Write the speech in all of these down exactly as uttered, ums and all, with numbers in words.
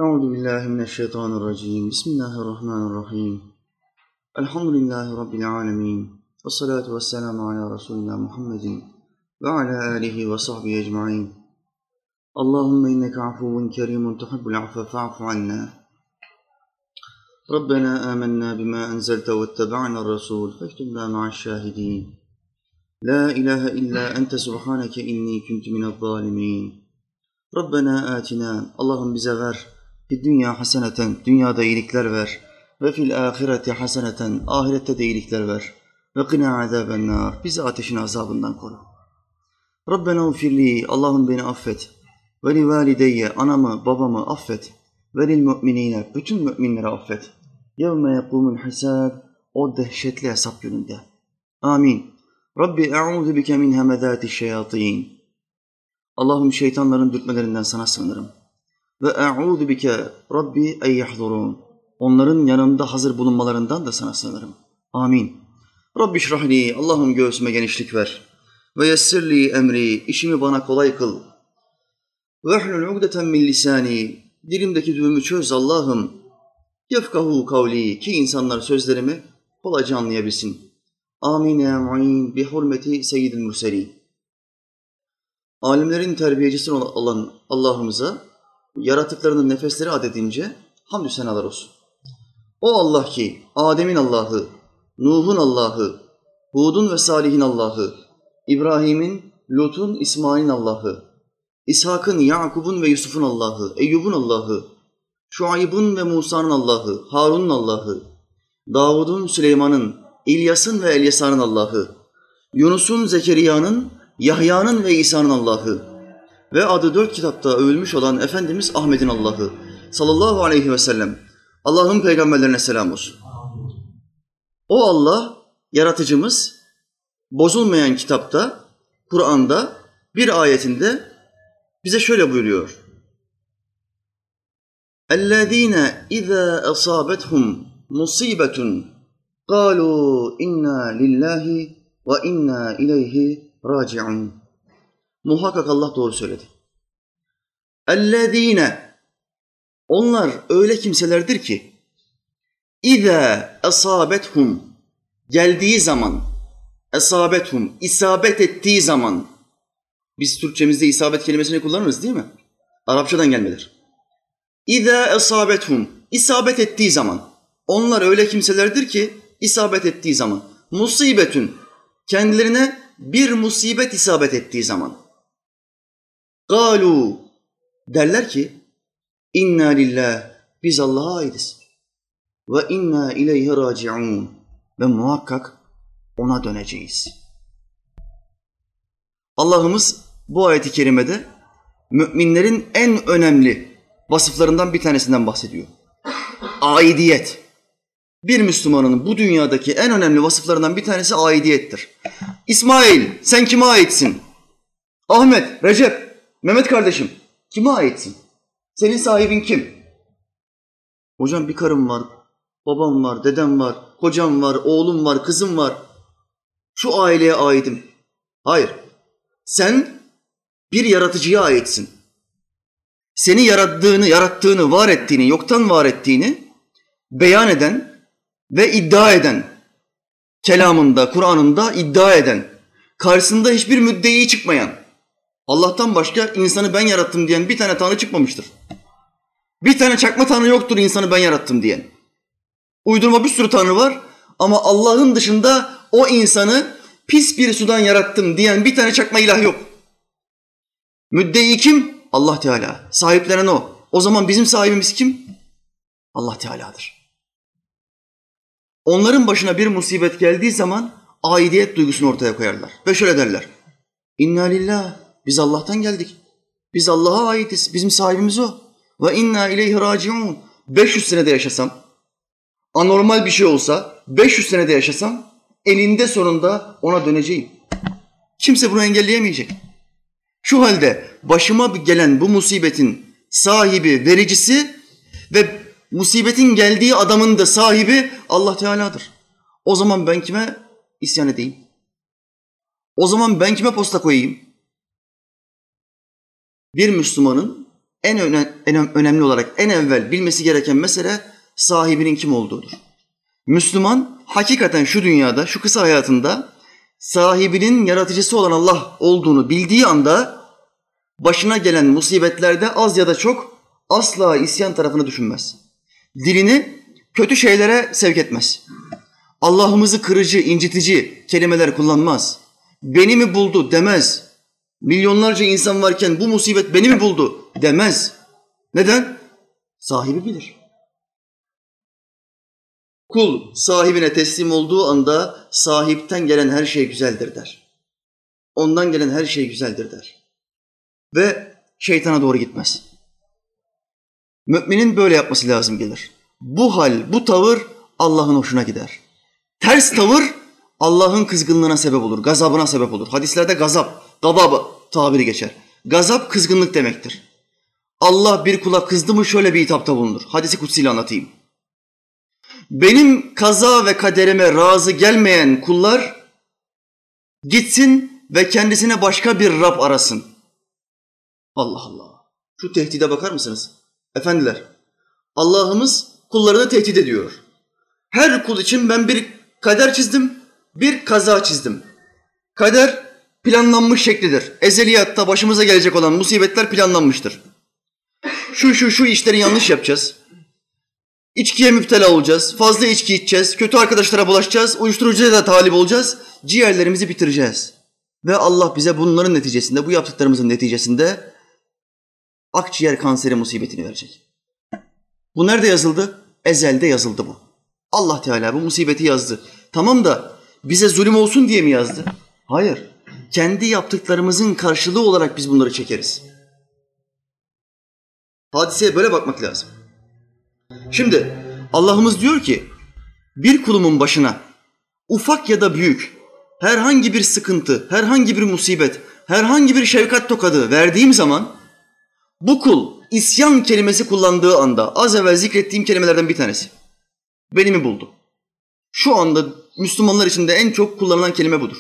Euzu billahi mineşşeytanirracim. Bismillahirrahmanirrahim. Elhamdülillahi rabbil alamin. Ves salatu vesselamu ala resulina Muhammedin ve ala alihi ve sahbihi ecmaîn. Allahumme inneke afuvun kerimun tuhibbul afve fa'fu anna. Rabbena amennâ bima enzelte vetteba'na rasul fektubna ma'aş-şahidin. La ilahe illa ente subhaneke inni kuntu minez-zalimin. Rabbena atina, Allah'ım bize ver, fid dünya haseneten, dünyada iyilikler ver, ve fil ahireti haseneten, ahirette de iyilikler ver, ve qina azabennar, bizi ateşin azabından koru. Rabbena ufirli, Allah'ım beni affet, ve li valideyye, anamı, babamı affet, ve lil müminine, bütün müminleri affet. Yevme yekumul hisab, o dehşetli hesap gününde. Amin. Rabbi e'udhu bike min hemezati şeyatin. Allah'ım şeytanların dürtmelerinden sana sığınırım. Ve e'udhu bike Rabbi ey yahdurun. Onların yanımda hazır bulunmalarından da sana sığınırım. Amin. Rabbi şrahli, Allah'ım göğsüme genişlik ver. Ve yessirli emri, işimi bana kolay kıl. Ve ehlul ugdeten min lisani, dilimdeki düğümü çöz Allah'ım. Yefkahu kavli, ki insanlar sözlerimi kolayca anlayabilsin. Amin ya mu'in bi hurmeti seyyidil murselin. Alimlerin terbiyecisi olan Allah'ımıza yaratıklarının nefesleri adedince hamdü senalar olsun. O Allah ki Adem'in Allah'ı, Nuh'un Allah'ı, Hud'un ve Salih'in Allah'ı, İbrahim'in, Lut'un, İsmail'in Allah'ı, İshak'ın, Yakub'un ve Yusuf'un Allah'ı, Eyyub'un Allah'ı, Şuayb'ın ve Musa'nın Allah'ı, Harun'un Allah'ı, Davud'un, Süleyman'ın, İlyas'ın ve Elyasa'nın Allah'ı, Yunus'un, Zekeriya'nın, Yahya'nın ve İsa'nın Allah'ı ve adı dört kitapta övülmüş olan Efendimiz Ahmet'in Allah'ı sallallahu aleyhi ve sellem. Allah'ın peygamberlerine selam olsun. O Allah, yaratıcımız, bozulmayan kitapta, Kur'an'da bir ayetinde bize şöyle buyuruyor. اَلَّذ۪ينَ اِذَا أَصَابَتْهُمْ مُصِيبَةٌ قَالُوا اِنَّا لِلّٰهِ وَاِنَّا اِلَيْهِ raciun. Muhakkak Allah doğru söyledi. اَلَّذ۪ينَ, onlar öyle kimselerdir ki اِذَا أَصَابَتْهُمْ, geldiği zaman, أَصَابَتْهُمْ, isabet ettiği zaman, biz Türkçemizde isabet kelimesini kullanırız değil mi? Arapçadan gelmedir. اِذَا أَصَابَتْهُمْ, isabet ettiği zaman, onlar öyle kimselerdir ki isabet ettiği zaman, musibetün, kendilerine bir musibet isabet ettiği zaman. Galu, derler ki inna lillah, biz Allah'a aitiz. Ve inna ileyhi raciun, ve muhakkak ona döneceğiz. Allah'ımız bu ayet-i kerimede müminlerin en önemli vasıflarından bir tanesinden bahsediyor. Aidiyet. Bir Müslümanın bu dünyadaki en önemli vasıflarından bir tanesi aidiyettir. İsmail, sen kime aitsin? Ahmet, Recep, Mehmet kardeşim, kime aitsin? Senin sahibin kim? Hocam bir karım var, babam var, dedem var, kocam var, oğlum var, kızım var. Şu aileye aitim. Hayır, sen bir yaratıcıya aitsin. Seni yarattığını, yarattığını, var ettiğini, yoktan var ettiğini beyan eden ve iddia eden, kelamında, Kur'an'ında iddia eden, karşısında hiçbir müddei çıkmayan, Allah'tan başka insanı ben yarattım diyen bir tane tanrı çıkmamıştır. Bir tane çakma tanrı yoktur insanı ben yarattım diyen. Uydurma bir sürü tanrı var ama Allah'ın dışında o insanı pis bir sudan yarattım diyen bir tane çakma ilah yok. Müddei kim? Allah Teala. Sahiplenen o. O zaman bizim sahibimiz kim? Allah Teala'dır. Onların başına bir musibet geldiği zaman aidiyet duygusunu ortaya koyarlar. Ve şöyle derler. İnna lillah, biz Allah'tan geldik. Biz Allah'a aitiz. Bizim sahibimiz o. Ve inna ileyhi raciun. beş yüz senede yaşasam, anormal bir şey olsa, beş yüz senede yaşasam, eninde sonunda ona döneceğim. Kimse bunu engelleyemeyecek. Şu halde başıma gelen bu musibetin sahibi, vericisi ve musibetin geldiği adamın da sahibi Allah Teala'dır. O zaman ben kime isyan edeyim? O zaman ben kime posta koyayım? Bir Müslümanın en, öne, en önemli olarak en evvel bilmesi gereken mesele sahibinin kim olduğudur. Müslüman hakikaten şu dünyada, şu kısa hayatında sahibinin yaratıcısı olan Allah olduğunu bildiği anda başına gelen musibetlerde az ya da çok asla isyan tarafını düşünmez. Dilini kötü şeylere sevk etmez. Allah'ımızı kırıcı, incitici kelimeler kullanmaz. Beni mi buldu demez. Milyonlarca insan varken bu musibet beni mi buldu demez. Neden? Sahibi bilir. Kul sahibine teslim olduğu anda sahipten gelen her şey güzeldir der. Ondan gelen her şey güzeldir der. Ve şeytana doğru gitmez. Müminin böyle yapması lazım gelir. Bu hal, bu tavır Allah'ın hoşuna gider. Ters tavır Allah'ın kızgınlığına sebep olur, gazabına sebep olur. Hadislerde gazap, gadab tabiri geçer. Gazap kızgınlık demektir. Allah bir kula kızdı mı şöyle bir hitapta bulunur. Hadisi kutsiyle anlatayım. Benim kaza ve kaderime razı gelmeyen kullar gitsin ve kendisine başka bir Rab arasın. Allah Allah. Şu tehdide bakar mısınız? Efendiler, Allah'ımız kullarını tehdit ediyor. Her kul için ben bir kader çizdim, bir kaza çizdim. Kader planlanmış şeklidir. Ezeliyatta başımıza gelecek olan musibetler planlanmıştır. Şu şu şu işleri yanlış yapacağız. İçkiye müptela olacağız, fazla içki içeceğiz, kötü arkadaşlara bulaşacağız, uyuşturucuya da talip olacağız, ciğerlerimizi bitireceğiz. Ve Allah bize bunların neticesinde, bu yaptıklarımızın neticesinde akciğer kanseri musibetini verecek. Bu nerede yazıldı? Ezelde yazıldı bu. Allah Teala bu musibeti yazdı. Tamam da bize zulüm olsun diye mi yazdı? Hayır. Kendi yaptıklarımızın karşılığı olarak biz bunları çekeriz. Hadiseye böyle bakmak lazım. Şimdi Allah'ımız diyor ki bir kulumun başına ufak ya da büyük herhangi bir sıkıntı, herhangi bir musibet, herhangi bir şefkat tokadı verdiğim zaman bu kul isyan kelimesi kullandığı anda az evvel zikrettiğim kelimelerden bir tanesi. Beni mi buldu? Şu anda Müslümanlar içinde en çok kullanılan kelime budur.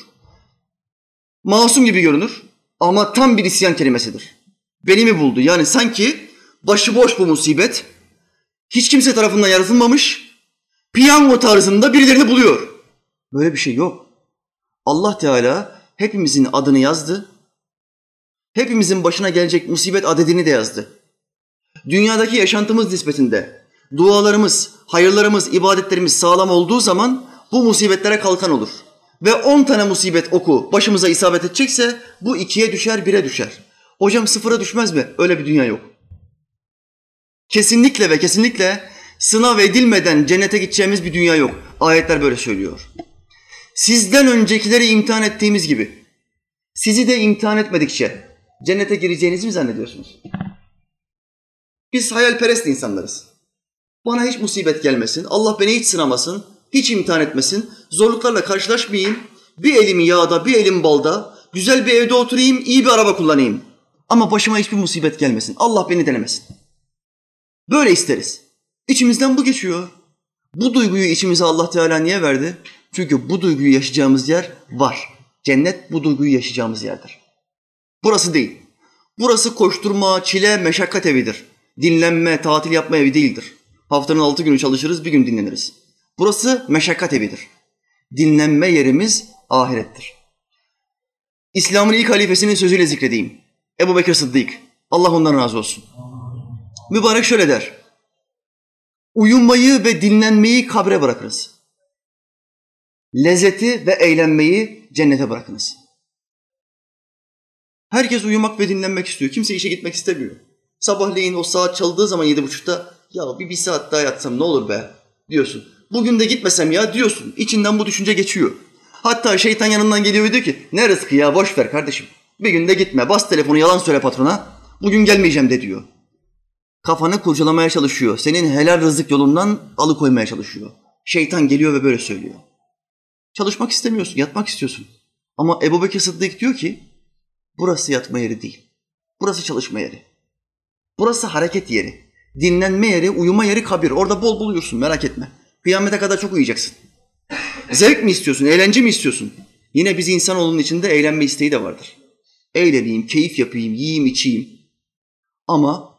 Masum gibi görünür ama tam bir isyan kelimesidir. Beni mi buldu? Yani sanki başıboş bu musibet, hiç kimse tarafından yaratılmamış, piyango tarzında birilerini buluyor. Böyle bir şey yok. Allah Teala hepimizin adını yazdı, hepimizin başına gelecek musibet adedini de yazdı. Dünyadaki yaşantımız nispetinde dualarımız, hayırlarımız, ibadetlerimiz sağlam olduğu zaman bu musibetlere kalkan olur. Ve on tane musibet oku başımıza isabet edecekse bu ikiye düşer, bire düşer. Hocam sıfıra düşmez mi? Öyle bir dünya yok. Kesinlikle ve kesinlikle sınav edilmeden cennete gideceğimiz bir dünya yok. Ayetler böyle söylüyor. Sizden öncekileri imtihan ettiğimiz gibi sizi de imtihan etmedikçe cennete gireceğinizi mi zannediyorsunuz? Biz hayalperest insanlarız. Bana hiç musibet gelmesin, Allah beni hiç sınamasın, hiç imtihan etmesin, zorluklarla karşılaşmayayım, bir elim yağda, bir elim balda, güzel bir evde oturayım, iyi bir araba kullanayım. Ama başıma hiçbir musibet gelmesin, Allah beni denemesin. Böyle isteriz. İçimizden bu geçiyor. Bu duyguyu içimize Allah Teala niye verdi? Çünkü bu duyguyu yaşayacağımız yer var. Cennet bu duyguyu yaşayacağımız yerdir. Burası değil. Burası koşturma, çile, meşakkat evidir. Dinlenme, tatil yapma evi değildir. Haftanın altı günü çalışırız, bir gün dinleniriz. Burası meşakkat evidir. Dinlenme yerimiz ahirettir. İslam'ın ilk halifesinin sözüyle zikredeyim. Ebu Bekir Sıddık. Allah ondan razı olsun. Mübarek şöyle der. Uyumayı ve dinlenmeyi kabre bırakırız. Lezzeti ve eğlenmeyi cennete bırakınız. Herkes uyumak ve dinlenmek istiyor. Kimse işe gitmek istemiyor. Sabahleyin o saat çaldığı zaman yedi buçukta ya bir, bir saat daha yatsam ne olur be diyorsun. Bugün de gitmesem ya diyorsun. İçinden bu düşünce geçiyor. Hatta şeytan yanından geliyor ve diyor ki ne rızkı ya boş ver kardeşim. Bir gün de gitme bas telefonu yalan söyle patrona. Bugün gelmeyeceğim de diyor. Kafanı kurcalamaya çalışıyor. Senin helal rızık yolundan alıkoymaya çalışıyor. Şeytan geliyor ve böyle söylüyor. Çalışmak istemiyorsun, yatmak istiyorsun. Ama Ebu Bekir Sıddık diyor ki burası yatma yeri değil. Burası çalışma yeri. Burası hareket yeri. Dinlenme yeri, uyuma yeri kabir. Orada bol bol uyursun merak etme. Kıyamete kadar çok uyuyacaksın. Zevk mi istiyorsun, eğlence mi istiyorsun? Yine biz insanoğlunun içinde eğlenme isteği de vardır. Eğleneyim, keyif yapayım, yiyeyim, içeyim. Ama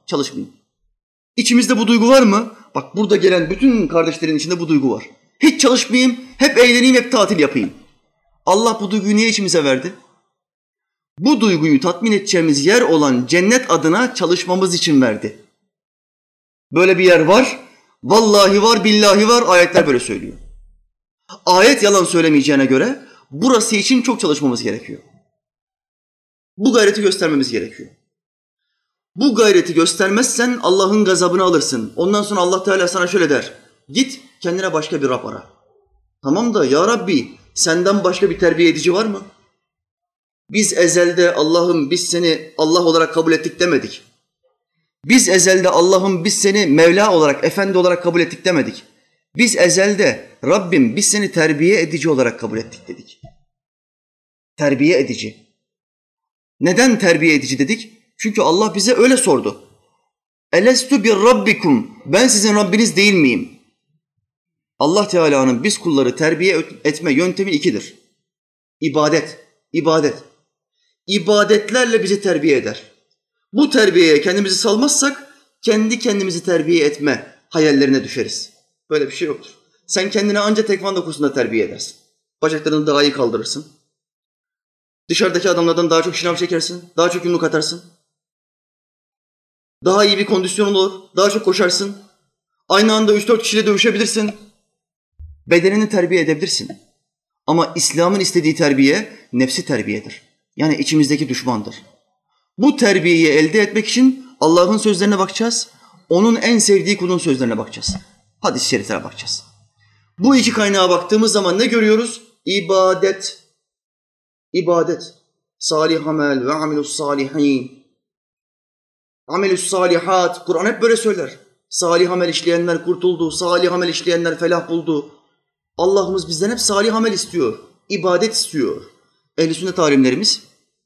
çalışmayayım. İçimizde bu duygu var mı? Bak burada gelen bütün kardeşlerin içinde bu duygu var. Hiç çalışmayayım, hep eğleneyim, hep tatil yapayım. Allah bu duyguyu niye içimize verdi? Bu duyguyu tatmin edeceğimiz yer olan cennet adına çalışmamız için verdi. Böyle bir yer var. Vallahi var, billahi var. Ayetler böyle söylüyor. Ayet yalan söylemeyeceğine göre burası için çok çalışmamız gerekiyor. Bu gayreti göstermemiz gerekiyor. Bu gayreti göstermezsen Allah'ın gazabını alırsın. Ondan sonra Allah Teala sana şöyle der. Git kendine başka bir Rab ara. Tamam da ya Rabbi senden başka bir terbiye edici var mı? Biz ezelde Allah'ım biz seni Allah olarak kabul ettik demedik. Biz ezelde Allah'ım biz seni Mevla olarak, Efendi olarak kabul ettik demedik. Biz ezelde Rabbim biz seni terbiye edici olarak kabul ettik dedik. Terbiye edici. Neden terbiye edici dedik? Çünkü Allah bize öyle sordu. Elestu bir rabbikum. Ben sizin Rabbiniz değil miyim? Allah Teala'nın biz kulları terbiye etme yöntemi ikidir. İbadet, ibadet. İbadetlerle bizi terbiye eder. Bu terbiyeye kendimizi salmazsak kendi kendimizi terbiye etme hayallerine düşeriz. Böyle bir şey yoktur. Sen kendini ancak tekvando kursunda terbiye edersin. Bacaklarını daha iyi kaldırırsın. Dışarıdaki adamlardan daha çok şınav çekersin, daha çok yumruk atarsın. Daha iyi bir kondisyon olur, daha çok koşarsın. Aynı anda üç dört kişiyle dövüşebilirsin. Bedenini terbiye edebilirsin. Ama İslam'ın istediği terbiye nefsi terbiyedir. Yani içimizdeki düşmandır. Bu terbiyeyi elde etmek için Allah'ın sözlerine bakacağız. Onun en sevdiği kulun sözlerine bakacağız. Hadis-i şeriflere bakacağız. Bu iki kaynağa baktığımız zaman ne görüyoruz? İbadet. İbadet. Salih amel ve amelus salihin. Amelus salihat. Kur'an hep böyle söyler. Salih amel işleyenler kurtuldu. Salih amel işleyenler felah buldu. Allah'ımız bizden hep salih amel istiyor. İbadet istiyor. Ehl-i sünnet alimlerimiz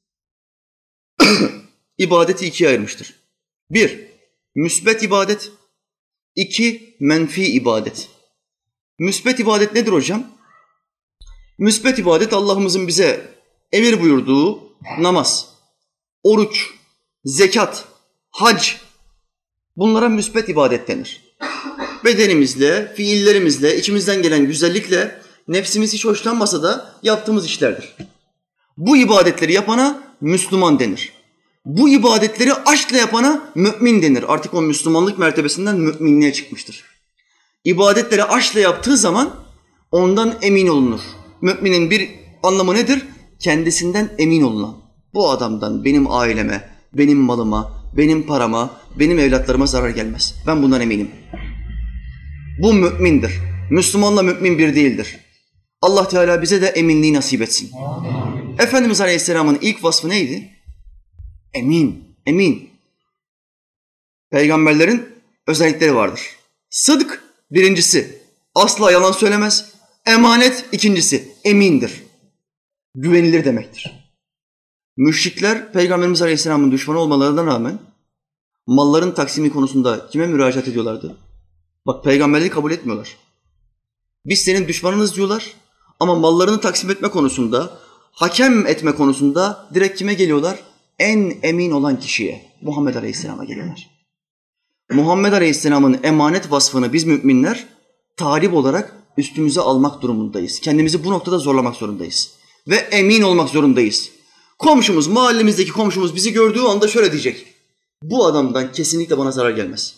ibadeti ikiye ayırmıştır. Bir, müsbet ibadet. İki, menfi ibadet. Müsbet ibadet nedir hocam? Müsbet ibadet Allah'ımızın bize emir buyurduğu namaz, oruç, zekat, hac. Bunlara müsbet ibadet denir. Bedenimizle, fiillerimizle, içimizden gelen güzellikle nefsimiz hiç hoşlanmasa da yaptığımız işlerdir. Bu ibadetleri yapana Müslüman denir. Bu ibadetleri aşkla yapana mümin denir. Artık o Müslümanlık mertebesinden müminliğe çıkmıştır. İbadetleri aşkla yaptığı zaman ondan emin olunur. Müminin bir anlamı nedir? Kendisinden emin olunan. Bu adamdan benim aileme, benim malıma, benim parama, benim evlatlarıma zarar gelmez. Ben bundan eminim. Bu mümindir. Müslümanla mümin bir değildir. Allah Teala bize de eminliği nasip etsin. Efendimiz Aleyhisselam'ın ilk vasfı neydi? Emin, emin. Peygamberlerin özellikleri vardır. Sıdk birincisi, asla yalan söylemez. Emanet ikincisi, emindir. Güvenilir demektir. Müşrikler Peygamberimiz Aleyhisselam'ın düşmanı olmalarına rağmen malların taksimi konusunda kime müracaat ediyorlardı? Bak peygamberliği kabul etmiyorlar. Biz senin düşmanınız diyorlar ama mallarını taksim etme konusunda, hakem etme konusunda direkt kime geliyorlar? En emin olan kişiye, Muhammed Aleyhisselam'a geliyorlar. Muhammed Aleyhisselam'ın emanet vasfını biz müminler talip olarak üstümüze almak durumundayız. Kendimizi bu noktada zorlamak zorundayız. Ve emin olmak zorundayız. Komşumuz, mahallemizdeki komşumuz bizi gördüğü anda şöyle diyecek. Bu adamdan kesinlikle bana zarar gelmez.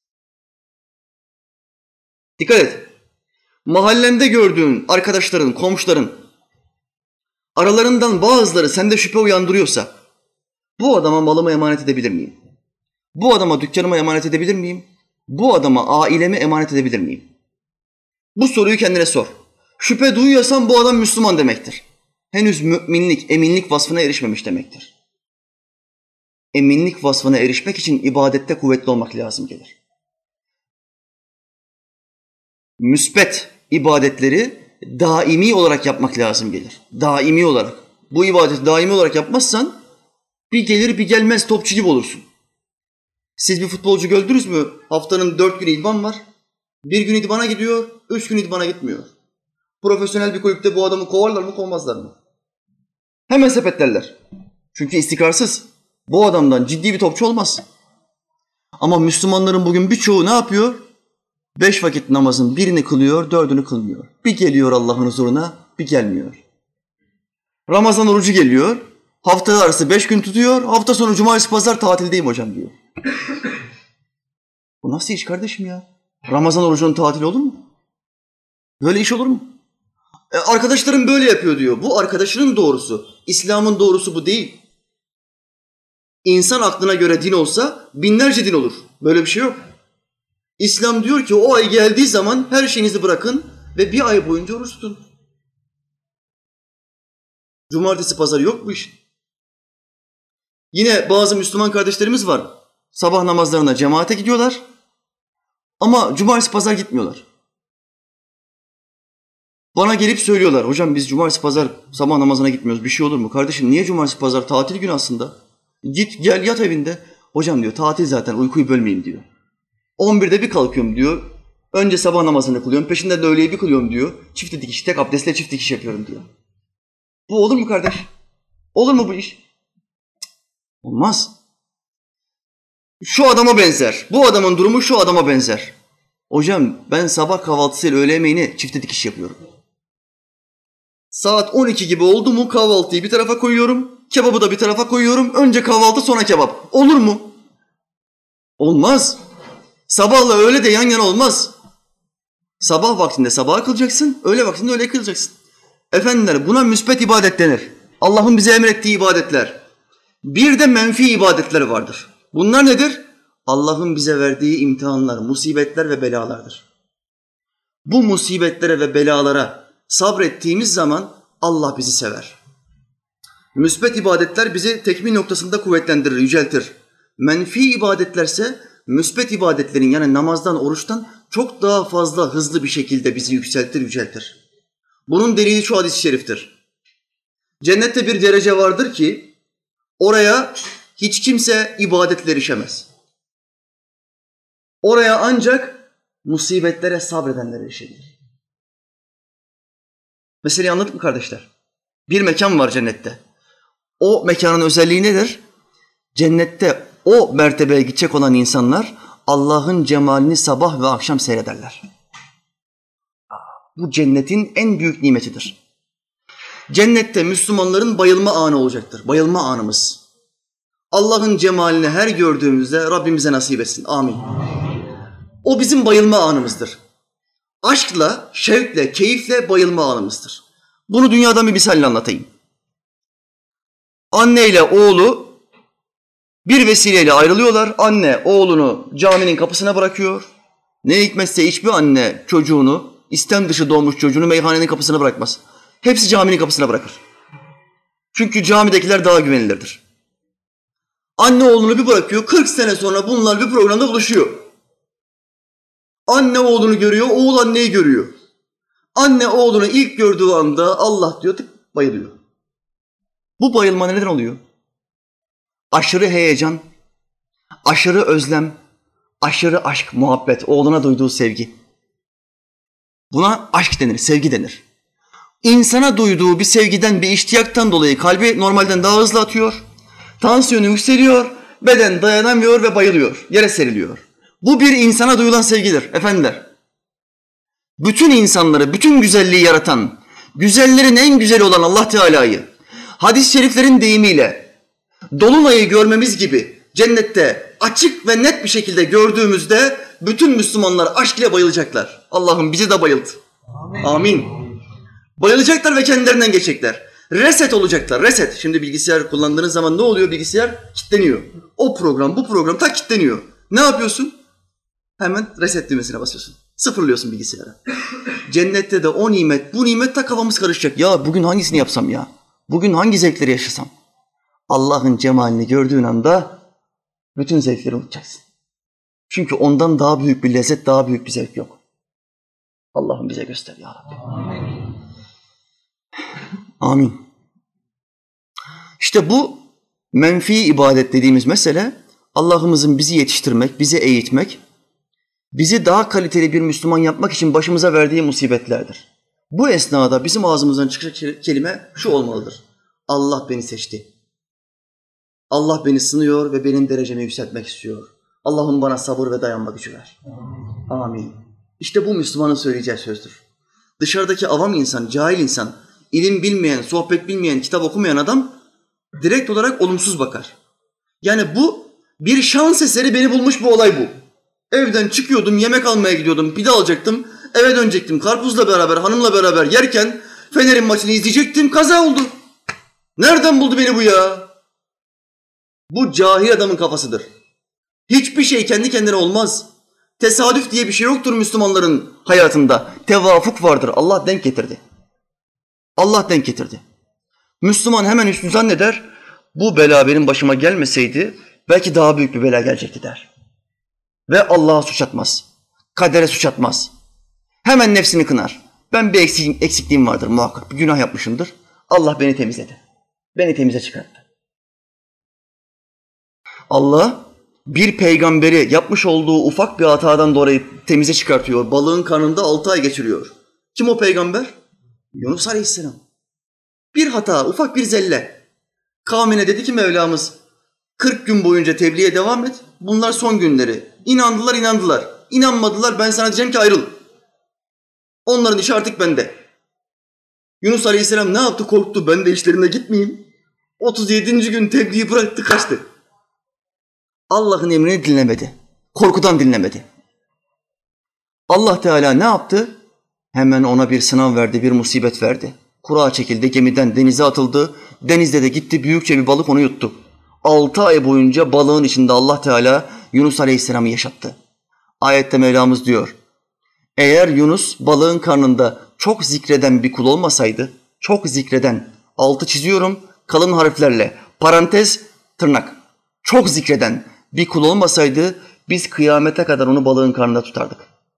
Dikkat et. Mahallende gördüğün arkadaşların, komşuların aralarından bazıları sende şüphe uyandırıyorsa bu adama malımı emanet edebilir miyim? Bu adama dükkanımı emanet edebilir miyim? Bu adama ailemi emanet edebilir miyim? Bu soruyu kendine sor. Şüphe duyuyorsan bu adam Müslüman demektir. Henüz müminlik, eminlik vasfına erişmemiş demektir. Eminlik vasfına erişmek için ibadette kuvvetli olmak lazım gelir. Müsbet ibadetleri daimi olarak yapmak lazım gelir. Daimi olarak. Bu ibadeti daimi olarak yapmazsan bir gelir bir gelmez topçu gibi olursun. Siz bir futbolcu gördünüz mü? Haftanın dört günü idman var. Bir gün idmana gidiyor, üç gün idmana gitmiyor. Profesyonel bir kulüpte bu adamı kovarlar mı, kovmazlar mı? Hemen sepetlerler. Çünkü istikrarsız. Bu adamdan ciddi bir topçu olmaz. Ama Müslümanların bugün birçoğu ne yapıyor? Beş vakit namazın birini kılıyor, dördünü kılmıyor. Bir geliyor Allah'ın huzuruna, bir gelmiyor. Ramazan orucu geliyor, hafta arası beş gün tutuyor, hafta sonu cumartesi pazar tatildeyim hocam diyor. Bu nasıl iş kardeşim ya? Ramazan orucunun tatili olur mu? Böyle iş olur mu? E, arkadaşlarım böyle yapıyor diyor. Bu arkadaşının doğrusu. İslam'ın doğrusu bu değil. İnsan aklına göre din olsa binlerce din olur. Böyle bir şey yok. İslam diyor ki o ay geldiği zaman her şeyinizi bırakın ve bir ay boyunca oruç tutun. Cumartesi pazar yok bu iş. Yine bazı Müslüman kardeşlerimiz var. Sabah namazlarına cemaate gidiyorlar ama cumartesi pazar gitmiyorlar. Bana gelip söylüyorlar, hocam biz cumartesi pazar sabah namazına gitmiyoruz, bir şey olur mu? Kardeşim niye cumartesi pazar, tatil günü aslında? Git gel yat evinde. Hocam diyor tatil zaten, uykuyu bölmeyeyim diyor. on birde bir kalkıyorum diyor. Önce sabah namazını kılıyorum, peşinden de öğleyi bir kılıyorum diyor. Çift dikiş, tek abdestle çift dikiş yapıyorum diyor. Bu olur mu kardeş? Olur mu bu iş? Olmaz. Şu adama benzer. Bu adamın durumu şu adama benzer. Hocam ben sabah kahvaltısıyla öğle yemeğini çift dikiş yapıyorum. Saat on iki gibi oldu mu kahvaltıyı bir tarafa koyuyorum, kebabı da bir tarafa koyuyorum. Önce kahvaltı sonra kebap. Olur mu? Olmaz. Sabahla öğle de yan yana olmaz. Sabah vaktinde sabaha kılacaksın, öğle vaktinde öğle kılacaksın. Efendiler buna müsbet ibadet denir. Allah'ın bize emrettiği ibadetler. Bir de menfi ibadetler vardır. Bunlar nedir? Allah'ın bize verdiği imtihanlar, musibetler ve belalardır. Bu musibetlere ve belalara sabrettiğimiz zaman Allah bizi sever. Müsbet ibadetler bizi tekmil noktasında kuvvetlendirir, yüceltir. Menfi ibadetlerse müsbet ibadetlerin yani namazdan, oruçtan çok daha fazla hızlı bir şekilde bizi yükseltir, yüceltir. Bunun delili şu hadis-i şeriftir. Cennette bir derece vardır ki oraya hiç kimse ibadetle erişemez. Oraya ancak musibetlere sabredenler erişebilir. Meseleyi anladık mı kardeşler? Bir mekan var cennette. O mekanın özelliği nedir? Cennette o mertebeye gidecek olan insanlar Allah'ın cemalini sabah ve akşam seyrederler. Bu cennetin en büyük nimetidir. Cennette Müslümanların bayılma anı olacaktır. Bayılma anımız. Allah'ın cemalini her gördüğümüzde Rabbimize nasip etsin. Amin. O bizim bayılma anımızdır. Aşkla, şevkle, keyifle bayılma anımızdır. Bunu dünyadan bir misalle anlatayım. Anne ile oğlu bir vesileyle ayrılıyorlar. Anne oğlunu caminin kapısına bırakıyor. Ne hikmetse hiçbir anne çocuğunu, istem dışı doğmuş çocuğunu meyhanenin kapısına bırakmaz. Hepsi caminin kapısına bırakır. Çünkü camidekiler daha güvenilirdir. Anne oğlunu bir bırakıyor, kırk sene sonra bunlar bir programda buluşuyor. Anne oğlunu görüyor, oğul anneyi görüyor. Anne oğlunu ilk gördüğü anda Allah diyor, tık bayılıyor. Bu bayılma neden oluyor? Aşırı heyecan, aşırı özlem, aşırı aşk, muhabbet, oğluna duyduğu sevgi. Buna aşk denir, sevgi denir. İnsana duyduğu bir sevgiden, bir iştiyaktan dolayı kalbi normalden daha hızlı atıyor. Tansiyonu yükseliyor, beden dayanamıyor ve bayılıyor, yere seriliyor. Bu bir insana duyulan sevgidir efendiler. Bütün insanları, bütün güzelliği yaratan, güzellerin en güzeli olan Allah Teala'yı, hadis-i şeriflerin deyimiyle dolunayı görmemiz gibi cennette açık ve net bir şekilde gördüğümüzde bütün Müslümanlar aşk ile bayılacaklar. Allah'ım bizi de bayılt. Amin. Amin. Bayılacaklar ve kendilerinden geçecekler. Reset olacaklar, reset. Şimdi bilgisayar kullandığınız zaman ne oluyor? Bilgisayar kilitleniyor. O program, bu program tak kilitleniyor. Ne yapıyorsun? Hemen reset düğmesine basıyorsun. Sıfırlıyorsun bilgisayarı. Cennette de o nimet, bu nimet tak kafamız karışacak. Ya bugün hangisini yapsam ya? Bugün hangi zevkleri yaşasam? Allah'ın cemalini gördüğün anda bütün zevkleri unutacaksın. Çünkü ondan daha büyük bir lezzet, daha büyük bir zevk yok. Allah'ım bize göster ya Rabbi. Amin. Amin. İşte bu menfi ibadet dediğimiz mesele Allah'ımızın bizi yetiştirmek, bizi eğitmek, bizi daha kaliteli bir Müslüman yapmak için başımıza verdiği musibetlerdir. Bu esnada bizim ağzımızdan çıkacak kelime şu olmalıdır. Allah beni seçti. Allah beni sınıyor ve benim derecemi yükseltmek istiyor. Allah'ım bana sabır ve dayanma gücü ver. Amin. İşte bu Müslümanın söyleyeceği sözdür. Dışarıdaki avam insan, cahil insan, ilim bilmeyen, sohbet bilmeyen, kitap okumayan adam direkt olarak olumsuz bakar. Yani bu bir şans eseri beni bulmuş bir olay bu. Evden çıkıyordum, yemek almaya gidiyordum, pide alacaktım, eve dönecektim. Karpuzla beraber, hanımla beraber yerken Fener'in maçını izleyecektim, kaza oldu. Nereden buldu beni bu ya? Bu cahil adamın kafasıdır. Hiçbir şey kendi kendine olmaz. Tesadüf diye bir şey yoktur Müslümanların hayatında. Tevafuk vardır. Allah denk getirdi. Allah denk getirdi. Müslüman hemen üstün zanneder, bu bela benim başıma gelmeseydi belki daha büyük bir bela gelecekti der. Ve Allah'a suç atmaz. Kadere suç atmaz. Hemen nefsini kınar. Ben bir eksikliğim, eksikliğim vardır muhakkak. Bir günah yapmışımdır. Allah beni temizledi. Beni temize çıkarttı. Allah bir peygamberi yapmış olduğu ufak bir hatadan dolayı temize çıkartıyor. Balığın karnında altı ay geçiriyor. Kim o peygamber? Yunus Aleyhisselam. Bir hata, ufak bir zelle. Kavmine dedi ki Mevlamız, kırk gün boyunca tebliğe devam et. Bunlar son günleri. İnandılar, inandılar. İnanmadılar, ben sana diyeceğim ki ayrıl. Onların işi artık bende. Yunus Aleyhisselam ne yaptı? Korktu. Ben de işlerine gitmeyeyim. otuz yedinci gün tebliği bıraktı, kaçtı. Allah'ın emrini dinlemedi. Korkudan dinlemedi. Allah Teala ne yaptı? Hemen ona bir sınav verdi, bir musibet verdi. Kura çekildi, gemiden denize atıldı. Denizde de gitti, büyükçe bir balık onu yuttu. Altı ay boyunca balığın içinde Allah Teala Yunus Aleyhisselam'ı yaşattı. Ayette Mevlamız diyor, eğer Yunus balığın karnında çok zikreden bir kul olmasaydı, çok zikreden, altı çiziyorum kalın harflerle, parantez, tırnak, çok zikreden bir kul olmasaydı biz kıyamete kadar onu balığın karnında tutardık.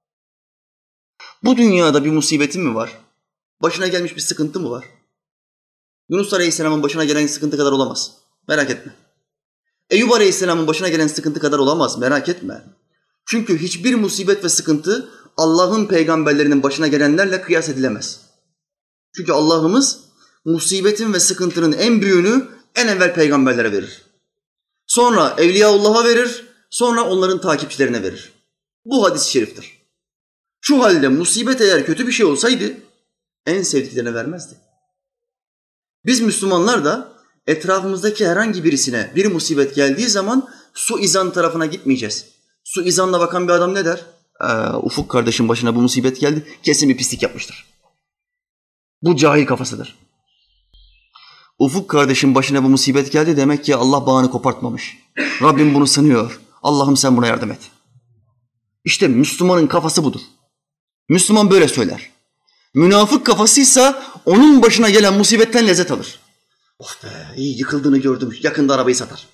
Bu dünyada bir musibetin mi var? Başına gelmiş bir sıkıntı mı var? Yunus Aleyhisselam'ın başına gelen sıkıntı kadar olamaz. Merak etme. Eyüp Aleyhisselam'ın başına gelen sıkıntı kadar olamaz. Merak etme. Çünkü hiçbir musibet ve sıkıntı Allah'ın peygamberlerinin başına gelenlerle kıyas edilemez. Çünkü Allah'ımız musibetin ve sıkıntının en büyüğünü en evvel peygamberlere verir. Sonra Evliyaullah'a verir, sonra onların takipçilerine verir. Bu hadis-i şeriftir. Şu halde musibet eğer kötü bir şey olsaydı en sevdiklerine vermezdi. Biz Müslümanlar da etrafımızdaki herhangi birisine bir musibet geldiği zaman suizan tarafına gitmeyeceğiz. Suizanla bakan bir adam ne der? Ee, Ufuk kardeşim başına bu musibet geldi, kesin bir pislik yapmıştır. Bu cahil kafasıdır. Ufuk kardeşim başına bu musibet geldi, demek ki Allah bağını kopartmamış. Rabbim bunu sınıyor. Allah'ım sen buna yardım et. İşte Müslümanın kafası budur. Müslüman böyle söyler. Münafık kafasıysa onun başına gelen musibetten lezzet alır. Of be, iyi yıkıldığını gördüm. Yakında arabayı satar.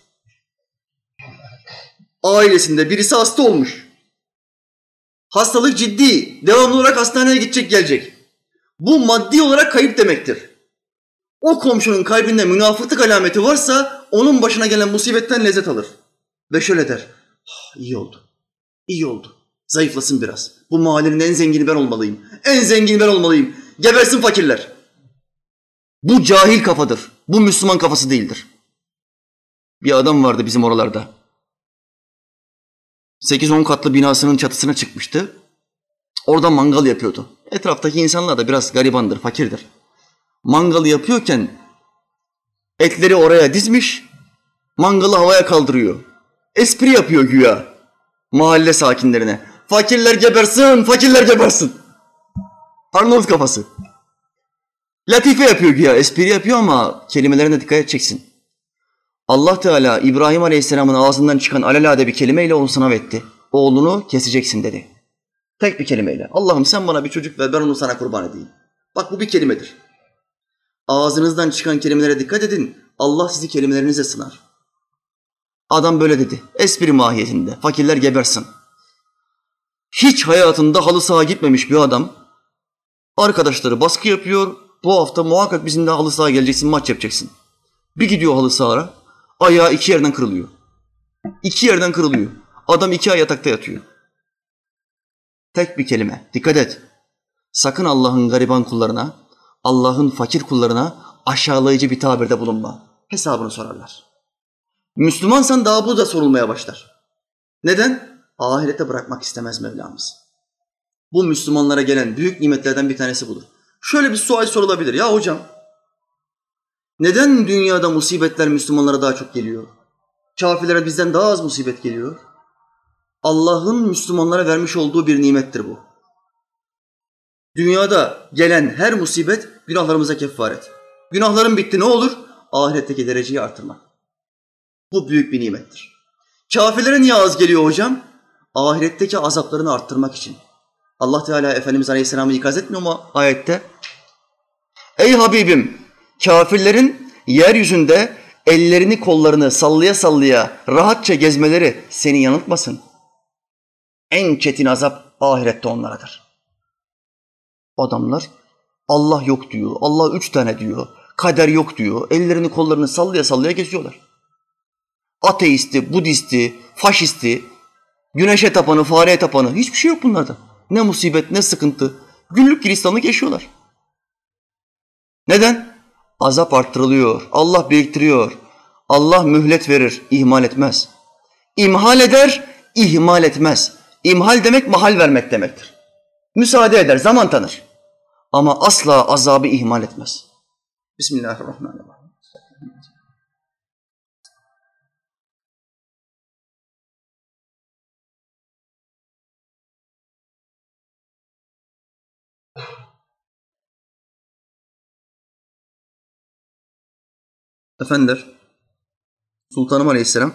Ailesinde birisi hasta olmuş. Hastalık ciddi. Devamlı olarak hastaneye gidecek gelecek. Bu maddi olarak kayıp demektir. O komşunun kalbinde münafıklık alameti varsa onun başına gelen musibetten lezzet alır. Ve şöyle der. Oh, iyi oldu. İyi oldu. Zayıflasın biraz. Bu mahallenin en zengini ben olmalıyım. En zengini ben olmalıyım. Gebersin fakirler. Bu cahil kafadır. Bu Müslüman kafası değildir. Bir adam vardı bizim oralarda. sekiz on katlı binasının çatısına çıkmıştı. Orada mangal yapıyordu. Etraftaki insanlar da biraz garibandır, fakirdir. Mangalı yapıyorken etleri oraya dizmiş, mangalı havaya kaldırıyor. Espri yapıyor güya mahalle sakinlerine. Fakirler gebersin, fakirler gebersin. Arnavut kafası. Latife yapıyor güya, espri yapıyor ama kelimelerine dikkat edeceksin. Allah Teala İbrahim Aleyhisselam'ın ağzından çıkan alelade bir kelimeyle onu sınav etti. Oğlunu keseceksin dedi. Tek bir kelimeyle. Allah'ım sen bana bir çocuk ver, ben onu sana kurban edeyim. Bak bu bir kelimedir. Ağzınızdan çıkan kelimelere dikkat edin. Allah sizi kelimelerinizle sınar. Adam böyle dedi. Espri mahiyetinde. Fakirler gebersin. Hiç hayatında halı saha gitmemiş bir adam. Arkadaşları baskı yapıyor. Bu hafta muhakkak bizimle halı saha geleceksin, maç yapacaksın. Bir gidiyor halı sahaya. Ayağı iki yerden kırılıyor. İki yerden kırılıyor. Adam iki ay yatakta yatıyor. Tek bir kelime. Dikkat et. Sakın Allah'ın gariban kullarına, Allah'ın fakir kullarına aşağılayıcı bir tabirde bulunma. Hesabını sorarlar. Müslümansan daha bu da sorulmaya başlar. Neden? Ahirete bırakmak istemez Mevlamız. Bu Müslümanlara gelen büyük nimetlerden bir tanesi budur. Şöyle bir sual sorulabilir. Ya hocam, neden dünyada musibetler Müslümanlara daha çok geliyor? Kafirlere bizden daha az musibet geliyor. Allah'ın Müslümanlara vermiş olduğu bir nimettir bu. Dünyada gelen her musibet günahlarımıza kefaret. Günahların bitti ne olur? Ahiretteki dereceyi artırmak. Bu büyük bir nimettir. Kafirlere niye az geliyor hocam? Ahiretteki azaplarını arttırmak için. Allah Teala Efendimiz Aleyhisselam'ı ikaz etmiyor mu ayette? Ey Habibim, kafirlerin yeryüzünde ellerini kollarını sallaya sallaya rahatça gezmeleri seni yanıltmasın. En çetin azap ahirette onlaradır. Adamlar Allah yok diyor, Allah üç tane diyor, kader yok diyor, ellerini kollarını sallaya sallaya geziyorlar. Ateisti, Budisti, faşisti, güneşe tapanı, fareye tapanı hiçbir şey yok bunlarda. Ne musibet, ne sıkıntı. Günlük Hristiyanlık yaşıyorlar. Neden? Azap arttırılıyor, Allah biriktiriyor. Allah mühlet verir, ihmal etmez. İmhal eder, ihmal etmez. İmhal demek mahal vermek demektir. Müsaade eder, zaman tanır. Ama asla azabı ihmal etmez. Bismillahirrahmanirrahim. Efendiler, Sultanım Aleyhisselam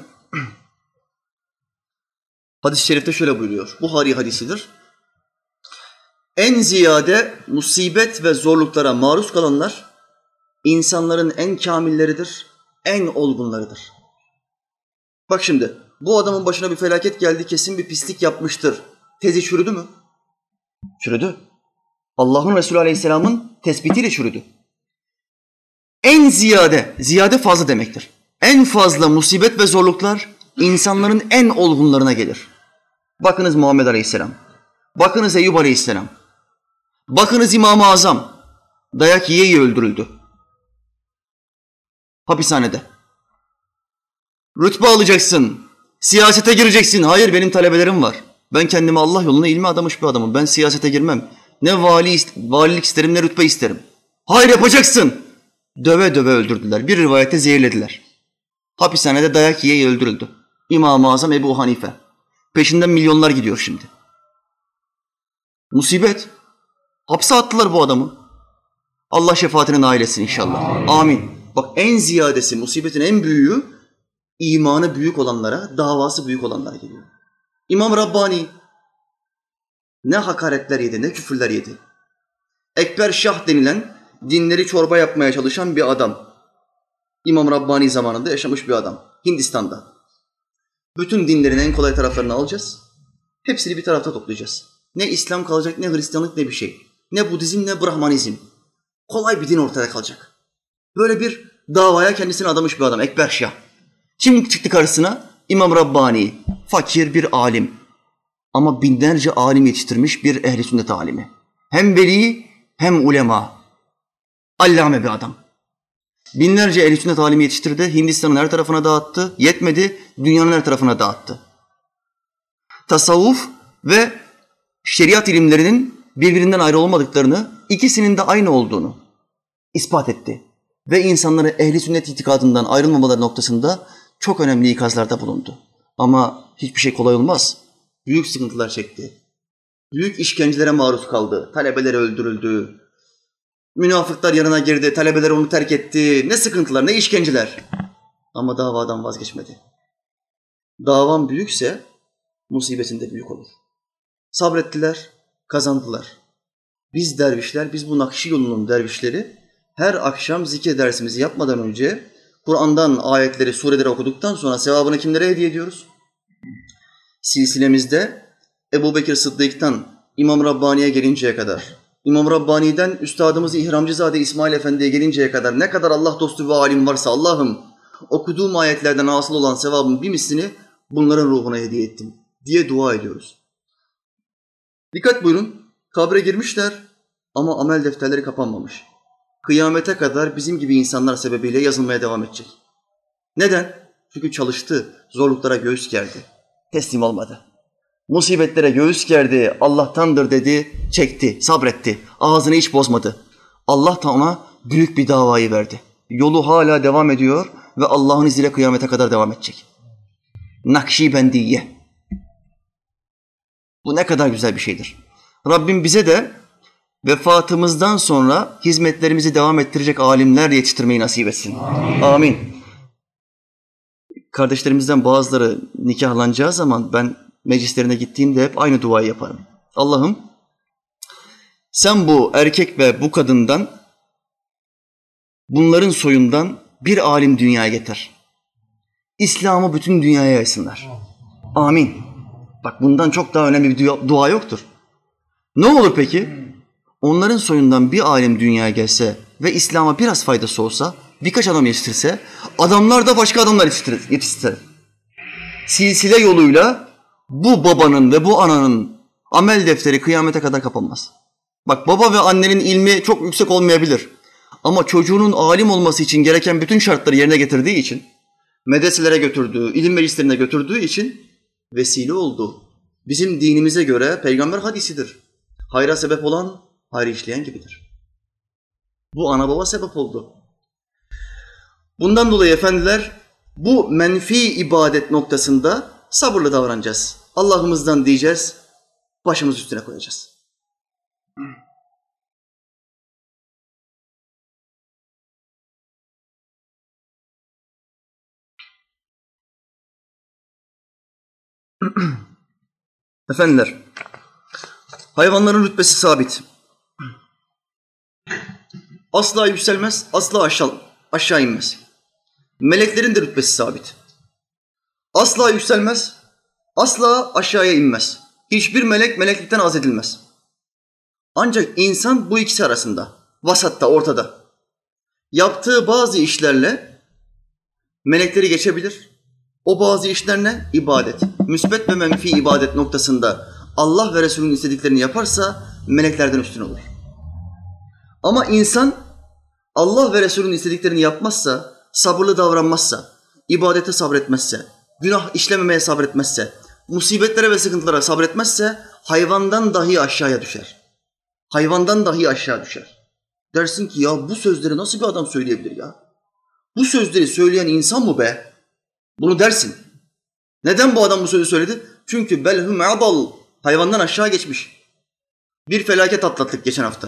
hadis-i şerifte şöyle buyuruyor. Buhari hadisidir. En ziyade musibet ve zorluklara maruz kalanlar insanların en kamilleridir, en olgunlarıdır. Bak şimdi, bu adamın başına bir felaket geldi, kesin bir pislik yapmıştır. Tezi çürüdü mü? Çürüdü. Allah'ın Resulü Aleyhisselam'ın tespitiyle çürüdü. En ziyade, ziyade fazla demektir. En fazla musibet ve zorluklar insanların en olgunlarına gelir. Bakınız Muhammed Aleyhisselam, bakınız Eyyub Aleyhisselam, bakınız İmam-ı Azam, dayak yiye yiye öldürüldü. Hapishanede. Rütbe alacaksın, siyasete gireceksin. Hayır, benim talebelerim var. Ben kendimi Allah yoluna ilmi adamış bir adamım. Ben siyasete girmem. Ne vali, valilik isterim ne rütbe isterim. Hayır, yapacaksın. Döve döve öldürdüler. Bir rivayette zehirlediler. Hapishanede dayak yiye yiye öldürüldü. İmam-ı Azam Ebu Hanife. Peşinden milyonlar gidiyor şimdi. Musibet. Hapse attılar bu adamı. Allah şefaatine nail etsin inşallah. Amin. Bak, en ziyadesi, musibetin en büyüğü imanı büyük olanlara, davası büyük olanlara geliyor. İmam Rabbani ne hakaretler yedi, ne küfürler yedi. Ekber Şah denilen dinleri çorba yapmaya çalışan bir adam. İmam Rabbani zamanında yaşamış bir adam. Hindistan'da. Bütün dinlerin en kolay taraflarını alacağız. Hepsini bir tarafta toplayacağız. Ne İslam kalacak, ne Hristiyanlık, ne bir şey. Ne Budizm, ne Brahmanizm. Kolay bir din ortaya kalacak. Böyle bir davaya kendisini adamış bir adam, Ekber Şah. Şimdi çıktı karşısına İmam Rabbani, fakir bir alim. Ama binlerce alim yetiştirmiş bir ehl-i sünnet alimi. Hem veli hem ulema. Allame bir adam. Binlerce ehl-i sünnet alimi yetiştirdi. Hindistan'ın her tarafına dağıttı. Yetmedi, dünyanın her tarafına dağıttı. Tasavvuf ve şeriat ilimlerinin birbirinden ayrı olmadıklarını, ikisinin de aynı olduğunu ispat etti. Ve insanları ehl-i sünnet itikadından ayrılmamaları noktasında çok önemli ikazlarda bulundu. Ama hiçbir şey kolay olmaz. Büyük sıkıntılar çekti. Büyük işkencelere maruz kaldı. Talebeleri öldürüldü. Münafıklar yanına girdi. Talebeler onu terk etti. Ne sıkıntılar, ne işkenceler. Ama davadan vazgeçmedi. Davan büyükse musibetin de büyük olur. Sabrettiler, kazandılar. Biz dervişler, biz bu Nakşi yolunun dervişleri her akşam zikir dersimizi yapmadan önce Kur'an'dan ayetleri, sureleri okuduktan sonra sevabını kimlere hediye ediyoruz? Silsilemizde Ebu Bekir Sıddık'tan İmam Rabbani'ye gelinceye kadar, İmam Rabbani'den Üstadımız İhramcızade İsmail Efendi'ye gelinceye kadar ne kadar Allah dostu ve alim varsa Allah'ım okuduğum ayetlerden hasıl olan sevabın bir mislini bunların ruhuna hediye ettim diye dua ediyoruz. Dikkat buyurun, kabre girmişler ama amel defterleri kapanmamış. Kıyamete kadar bizim gibi insanlar sebebiyle yazılmaya devam edecek. Neden? Çünkü çalıştı, zorluklara göğüs gerdi. teslim olmadı. Musibetlere göğüs gerdi, Allah'tandır dedi, çekti, sabretti. Ağzını hiç bozmadı. Allah da ona büyük bir davayı verdi. Yolu hala devam ediyor ve Allah'ın izniyle kıyamete kadar devam edecek. Nakşibendiye. Bu ne kadar güzel bir şeydir. Rabbim bize de vefatımızdan sonra hizmetlerimizi devam ettirecek alimler yetiştirmeyi nasip etsin. Amin. Amin. Kardeşlerimizden bazıları nikahlanacağı zaman ben meclislerine gittiğimde hep aynı duayı yaparım. Allah'ım sen bu erkek ve bu kadından, bunların soyundan bir alim dünyaya getir. İslam'ı bütün dünyaya yaysınlar. Amin. Bak bundan çok daha önemli bir dua yoktur. Ne olur peki? Onların soyundan bir alim dünyaya gelse ve İslam'a biraz faydası olsa, birkaç adam yetiştirse, adamlar da başka adamlar yetiştirir. yetiştirir. Silsile yoluyla bu babanın ve bu ananın amel defteri kıyamete kadar kapanmaz. Bak baba ve annenin ilmi çok yüksek olmayabilir. Ama çocuğunun alim olması için gereken bütün şartları yerine getirdiği için, medreselere götürdüğü, ilim meclislerine götürdüğü için vesile oldu. Bizim dinimize göre peygamber hadisidir. Hayra sebep olan hayrı işleyen gibidir. Bu ana baba sebep oldu. Bundan dolayı efendiler bu menfi ibadet noktasında sabırlı davranacağız. Allah'ımızdan diyeceğiz, başımız üstüne koyacağız. Efendiler, hayvanların rütbesi sabit. Asla yükselmez, asla aşağı, aşağı inmez. Meleklerin de rütbesi sabit. Asla yükselmez, asla aşağıya inmez. Hiçbir melek meleklikten az edilmez. Ancak insan bu ikisi arasında, vasatta, ortada. Yaptığı bazı işlerle melekleri geçebilir. O bazı işler ne? İbadet. Müsbet ve menfi ibadet noktasında Allah ve Resulünün istediklerini yaparsa meleklerden üstün olur. Ama insan Allah ve Resulünün istediklerini yapmazsa, sabırlı davranmazsa, ibadete sabretmezse, günah işlememeye sabretmezse, musibetlere ve sıkıntılara sabretmezse hayvandan dahi aşağıya düşer. Hayvandan dahi aşağı düşer. Dersin ki ya bu sözleri nasıl bir adam söyleyebilir ya? Bu sözleri söyleyen insan mı be? Bunu dersin. Neden bu adam bu sözü söyledi? Çünkü belhum adal, hayvandan aşağı geçmiş. Bir felaket atlattık geçen hafta.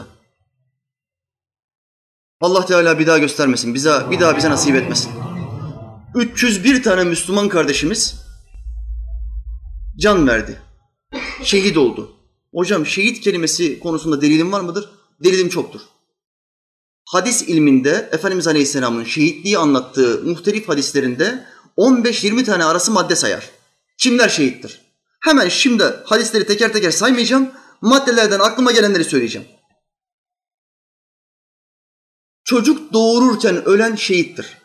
Allah Teala bir daha göstermesin, bize, bir daha bize nasip etmesin. üç yüz bir tane Müslüman kardeşimiz can verdi. Şehit oldu. Hocam şehit kelimesi konusunda delilim var mıdır? Delilim çoktur. Hadis ilminde Efendimiz Aleyhisselam'ın şehitliği anlattığı muhtelif hadislerinde on beş yirmi tane arası madde sayar. Kimler şehittir? Hemen şimdi hadisleri teker teker saymayacağım. Maddelerden aklıma gelenleri söyleyeceğim. Çocuk doğururken ölen şehittir.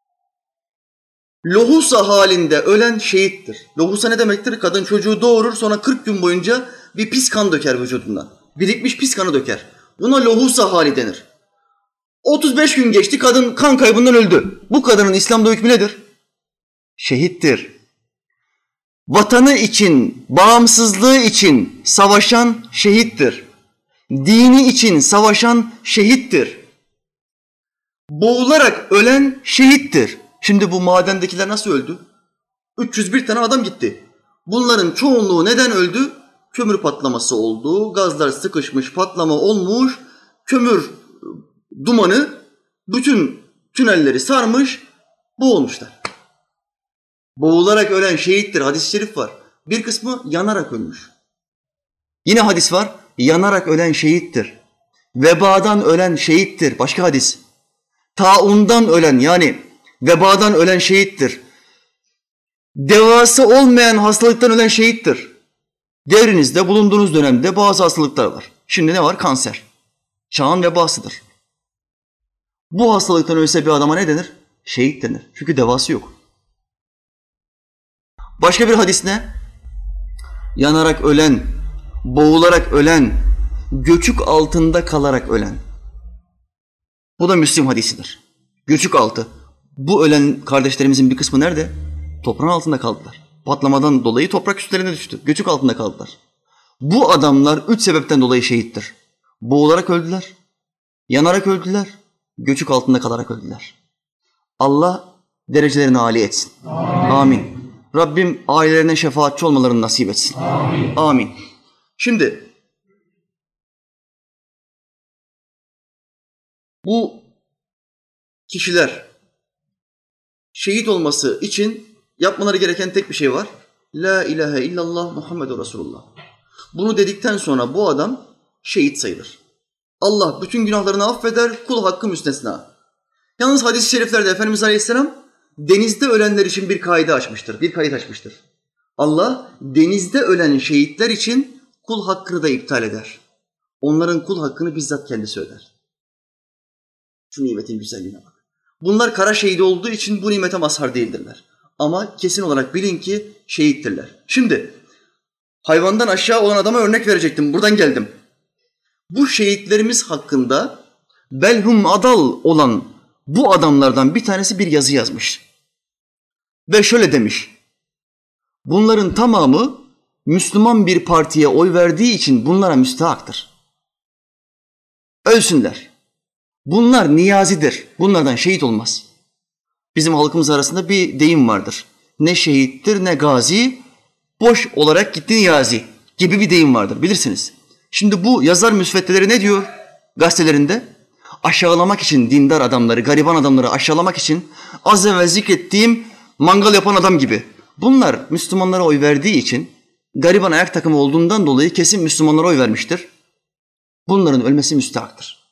Lohusa halinde ölen şehittir. Lohusa ne demektir? Kadın çocuğu doğurur, sonra kırk gün boyunca bir pis kan döker vücudundan. Birikmiş pis kanı döker. Buna lohusa hali denir. otuz beş gün geçti, kadın kan kaybından öldü. Bu kadının İslam'da hükmü nedir? Şehittir. Vatanı için, bağımsızlığı için savaşan şehittir. Dini için savaşan şehittir. Boğularak ölen şehittir. Şimdi bu madendekiler nasıl öldü? üç yüz bir tane adam gitti. Bunların çoğunluğu neden öldü? Kömür patlaması oldu, gazlar sıkışmış, patlama olmuş, kömür dumanı bütün tünelleri sarmış, boğulmuşlar. Boğularak ölen şehittir, hadis-i şerif var. Bir kısmı yanarak ölmüş. Yine hadis var, yanarak ölen şehittir. Vebadan ölen şehittir, başka hadis. Taundan ölen, yani vebadan ölen şehittir. Devası olmayan hastalıktan ölen şehittir. Devrinizde, bulunduğunuz dönemde bazı hastalıklar var. Şimdi ne var? Kanser. Çağın vebasıdır. Bu hastalıktan ölse bir adama ne denir? Şehit denir. Çünkü devası yok. Başka bir hadis ne? Yanarak ölen, boğularak ölen, göçük altında kalarak ölen. Bu da Müslim hadisidir. Göçük altı. Bu ölen kardeşlerimizin bir kısmı nerede? Toprağın altında kaldılar. patlamadan dolayı toprak üstlerine düştü. Göçük altında kaldılar. Bu adamlar üç sebepten dolayı şehittir. Boğularak öldüler, yanarak öldüler, göçük altında kalarak öldüler. Allah derecelerini âli etsin. Amin. Amin. Rabbim ailelerine şefaatçi olmalarını nasip etsin. Amin. Amin. Şimdi bu kişiler şehit olması için yapmaları gereken tek bir şey var. La ilahe illallah Muhammedur Resulullah. Bunu dedikten sonra bu adam şehit sayılır. Allah bütün günahlarını affeder, kul hakkı müstesna. Yalnız hadis-i şeriflerde Efendimiz Aleyhisselam denizde ölenler için bir kaide açmıştır, bir kayıt açmıştır. Allah denizde ölen şehitler için kul hakkını da iptal eder. Onların kul hakkını bizzat kendisi öder. Şu nimetin güzelliğine bak. Bunlar kara şehidi olduğu için bu nimete mazhar değildirler. Ama kesin olarak bilin ki şehittirler. Şimdi hayvandan aşağı olan adama örnek verecektim. Buradan geldim. Bu şehitlerimiz hakkında belhum adal olan bu adamlardan bir tanesi bir yazı yazmış. Ve şöyle demiş. Bunların tamamı Müslüman bir partiye oy verdiği için bunlara müstahaktır. Ölsünler. Bunlar niyazidir. Bunlardan şehit olmaz. Bizim halkımız arasında bir deyim vardır. Ne şehittir ne gazi, boş olarak gitti niyazi gibi bir deyim vardır. Bilirsiniz. Şimdi bu yazar müsveddeleri ne diyor gazetelerinde? Aşağılamak için dindar adamları, gariban adamları aşağılamak için az evvel zikrettiğim mangal yapan adam gibi. Bunlar Müslümanlara oy verdiği için gariban ayak takımı olduğundan dolayı kesin Müslümanlara oy vermiştir. Bunların ölmesi müstahaktır.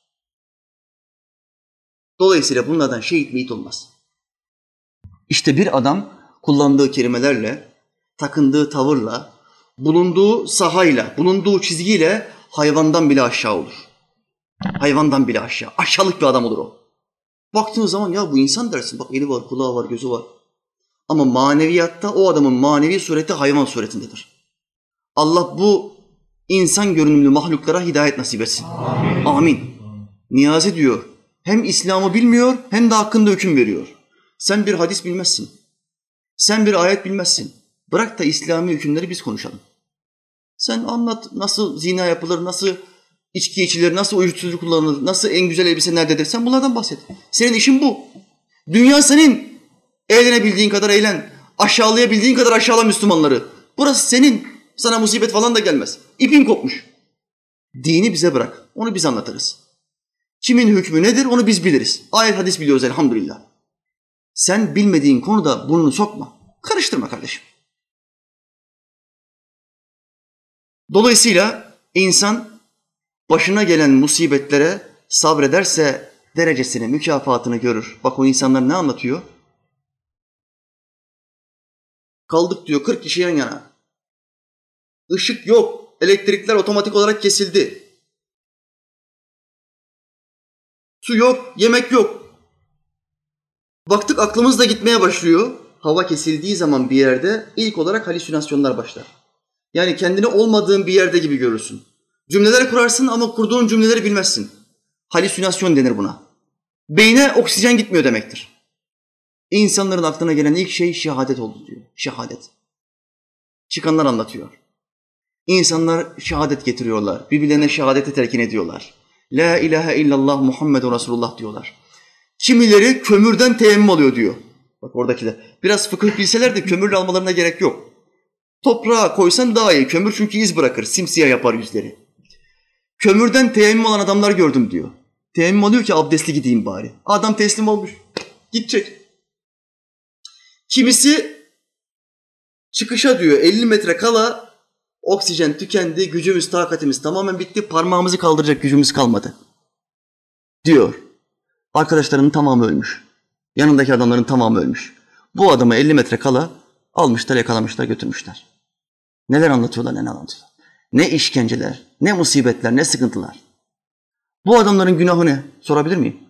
Dolayısıyla bunlardan şehit meyit olmaz. İşte bir adam kullandığı kelimelerle, takındığı tavırla, bulunduğu sahayla, bulunduğu çizgiyle hayvandan bile aşağı olur. Hayvandan bile aşağı. Aşağılık bir adam olur o. Baktığın zaman ya bu insan dersin. Bak eli var, kulağı var, gözü var. Ama maneviyatta o adamın manevi sureti hayvan suretindedir. Allah bu insan görünümlü mahluklara hidayet nasip etsin. Amin. Amin. Niyazi diyor. Hem İslam'ı bilmiyor hem de hakkında hüküm veriyor. Sen bir hadis bilmezsin. Sen bir ayet bilmezsin. Bırak da İslami hükümleri biz konuşalım. Sen anlat nasıl zina yapılır, nasıl içki içilir, nasıl uyuşturucu kullanılır, nasıl en güzel elbise nerededir. Sen bunlardan bahset. Senin işin bu. Dünya senin. Eğlenebildiğin kadar eğlen. Aşağılayabildiğin kadar aşağıla Müslümanları. Burası senin. Sana musibet falan da gelmez. İpin kopmuş. Dini bize bırak. Onu biz anlatırız. Kimin hükmü nedir onu biz biliriz. Ayet hadis biliyoruz elhamdülillah. Sen bilmediğin konuda burnunu sokma. Karıştırma kardeşim. Dolayısıyla insan başına gelen musibetlere sabrederse derecesini, mükafatını görür. Bak o insanlar ne anlatıyor? Kaldık diyor kırk kişi yan yana. Işık yok. Elektrikler otomatik olarak kesildi. Su yok, yemek yok. Baktık aklımız da gitmeye başlıyor. Hava kesildiği zaman bir yerde ilk olarak halüsinasyonlar başlar. Yani kendini olmadığın bir yerde gibi görürsün. Cümleler kurarsın ama kurduğun cümleleri bilmezsin. Halüsinasyon denir buna. Beyne oksijen gitmiyor demektir. İnsanların aklına gelen ilk şey şehadet oldu diyor. Şehadet. Çıkanlar anlatıyor. İnsanlar şehadet getiriyorlar. Birbirlerine şehadeti telkin ediyorlar. La ilahe illallah Muhammedun Resulullah diyorlar. Kimileri kömürden teyemmüm alıyor diyor. Bak oradakiler. Biraz fıkıh bilseler de kömürle almalarına gerek yok. Toprağa koysan daha iyi. Kömür çünkü iz bırakır. Simsiyah yapar yüzleri. Kömürden teyemmüm alan adamlar gördüm diyor. Teyemmüm alıyor ki abdestli gideyim bari. Adam teslim olmuş. Gidecek. Kimisi çıkışa diyor elli metre kala oksijen tükendi, gücümüz, takatimiz tamamen bitti, parmağımızı kaldıracak gücümüz kalmadı diyor. Arkadaşlarının tamamı ölmüş. Yanındaki adamların tamamı ölmüş. Bu adamı elli metre kala almışlar, yakalamışlar, götürmüşler. Neler anlatıyorlar, neler anlatıyorlar. Ne işkenceler, ne musibetler, ne sıkıntılar. Bu adamların günahı ne? Sorabilir miyim?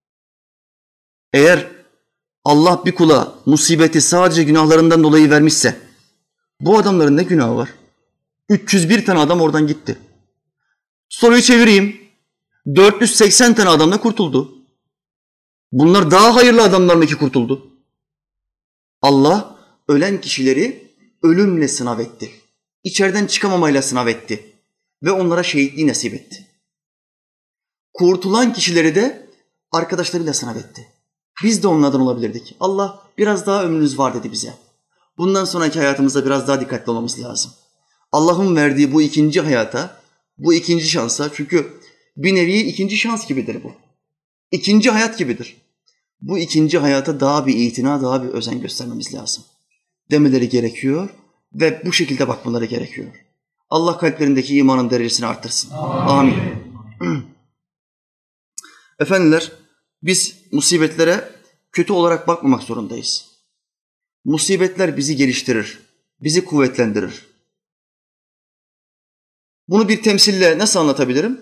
Eğer Allah bir kula musibeti sadece günahlarından dolayı vermişse, bu adamların ne günahı var? üç yüz bir tane adam oradan gitti. Soruyu çevireyim. dört yüz seksen tane adam da kurtuldu. Bunlar daha hayırlı adamlar mı ki kurtuldu? Allah ölen kişileri ölümle sınav etti. İçeriden çıkamamayla sınav etti. Ve onlara şehitliği nasip etti. Kurtulan kişileri de arkadaşlarıyla sınav etti. Biz de onlardan olabilirdik. Allah biraz daha ömrünüz var dedi bize. Bundan sonraki hayatımızda biraz daha dikkatli olmamız lazım. Allah'ın verdiği bu ikinci hayata, bu ikinci şansa, çünkü bir nevi ikinci şans gibidir bu. İkinci hayat gibidir. Bu ikinci hayata daha bir itina, daha bir özen göstermemiz lazım. Demeleri gerekiyor ve bu şekilde bakmaları gerekiyor. Allah kalplerindeki imanın derecesini arttırsın. Amin. Amin. Efendiler, biz musibetlere kötü olarak bakmamak zorundayız. Musibetler bizi geliştirir, bizi kuvvetlendirir. Bunu bir temsille nasıl anlatabilirim?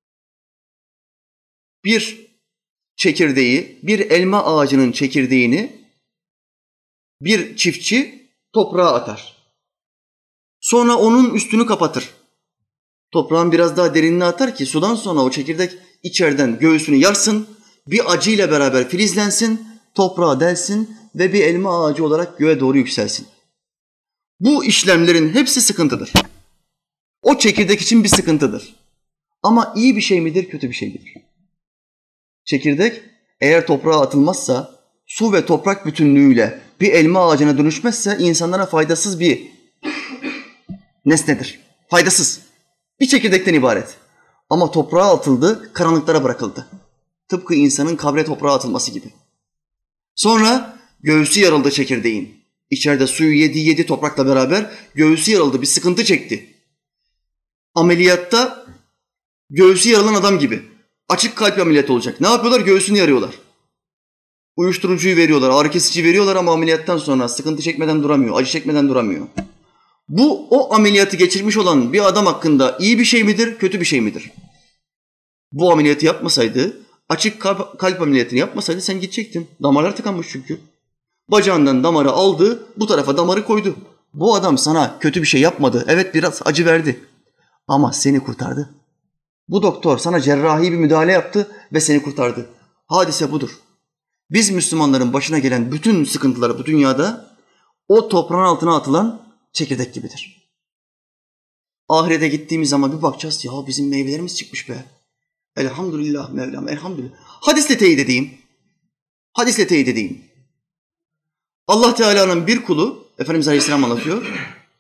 Bir çekirdeği, bir elma ağacının çekirdeğini bir çiftçi toprağa atar. Sonra onun üstünü kapatır. Toprağın biraz daha derinine atar ki sudan sonra o çekirdek içeriden göğsünü yarsın, bir acıyla beraber filizlensin, toprağa delsin ve bir elma ağacı olarak göğe doğru yükselsin. Bu işlemlerin hepsi sıkıntıdır. O çekirdek için bir sıkıntıdır. Ama iyi bir şey midir, kötü bir şey midir? Çekirdek eğer toprağa atılmazsa, su ve toprak bütünlüğüyle bir elma ağacına dönüşmezse insanlara faydasız bir nesnedir. Faydasız. Bir çekirdekten ibaret. Ama toprağa atıldı, karanlıklara bırakıldı. Tıpkı insanın kabre toprağa atılması gibi. Sonra göğsü yarıldı çekirdeğin. İçeride suyu yedi yedi toprakla beraber göğsü yarıldı, bir sıkıntı çekti. Ameliyatta göğsü yarılan adam gibi. Açık kalp ameliyatı olacak. Ne yapıyorlar? Göğsünü yarıyorlar. Uyuşturucuyu veriyorlar, ağrı kesici veriyorlar ama ameliyattan sonra sıkıntı çekmeden duramıyor, acı çekmeden duramıyor. Bu o ameliyatı geçirmiş olan bir adam hakkında iyi bir şey midir, kötü bir şey midir? Bu ameliyatı yapmasaydı, açık kalp, kalp ameliyatını yapmasaydı sen gidecektin. Damarlar tıkanmış çünkü. Bacağından damarı aldı, bu tarafa damarı koydu. Bu adam sana kötü bir şey yapmadı. Evet biraz acı verdi ama seni kurtardı. Bu doktor sana cerrahi bir müdahale yaptı ve seni kurtardı. Hadise budur. Biz Müslümanların başına gelen bütün sıkıntıları bu dünyada o toprağın altına atılan çekirdek gibidir. Ahirete gittiğimiz zaman bir bakacağız, ya bizim meyvelerimiz çıkmış be. Elhamdülillah Mevlam, elhamdülillah. Hadisle teyit edeyim. Hadisle teyit edeyim. Allah Teala'nın bir kulu, Efendimiz Aleyhisselam anlatıyor,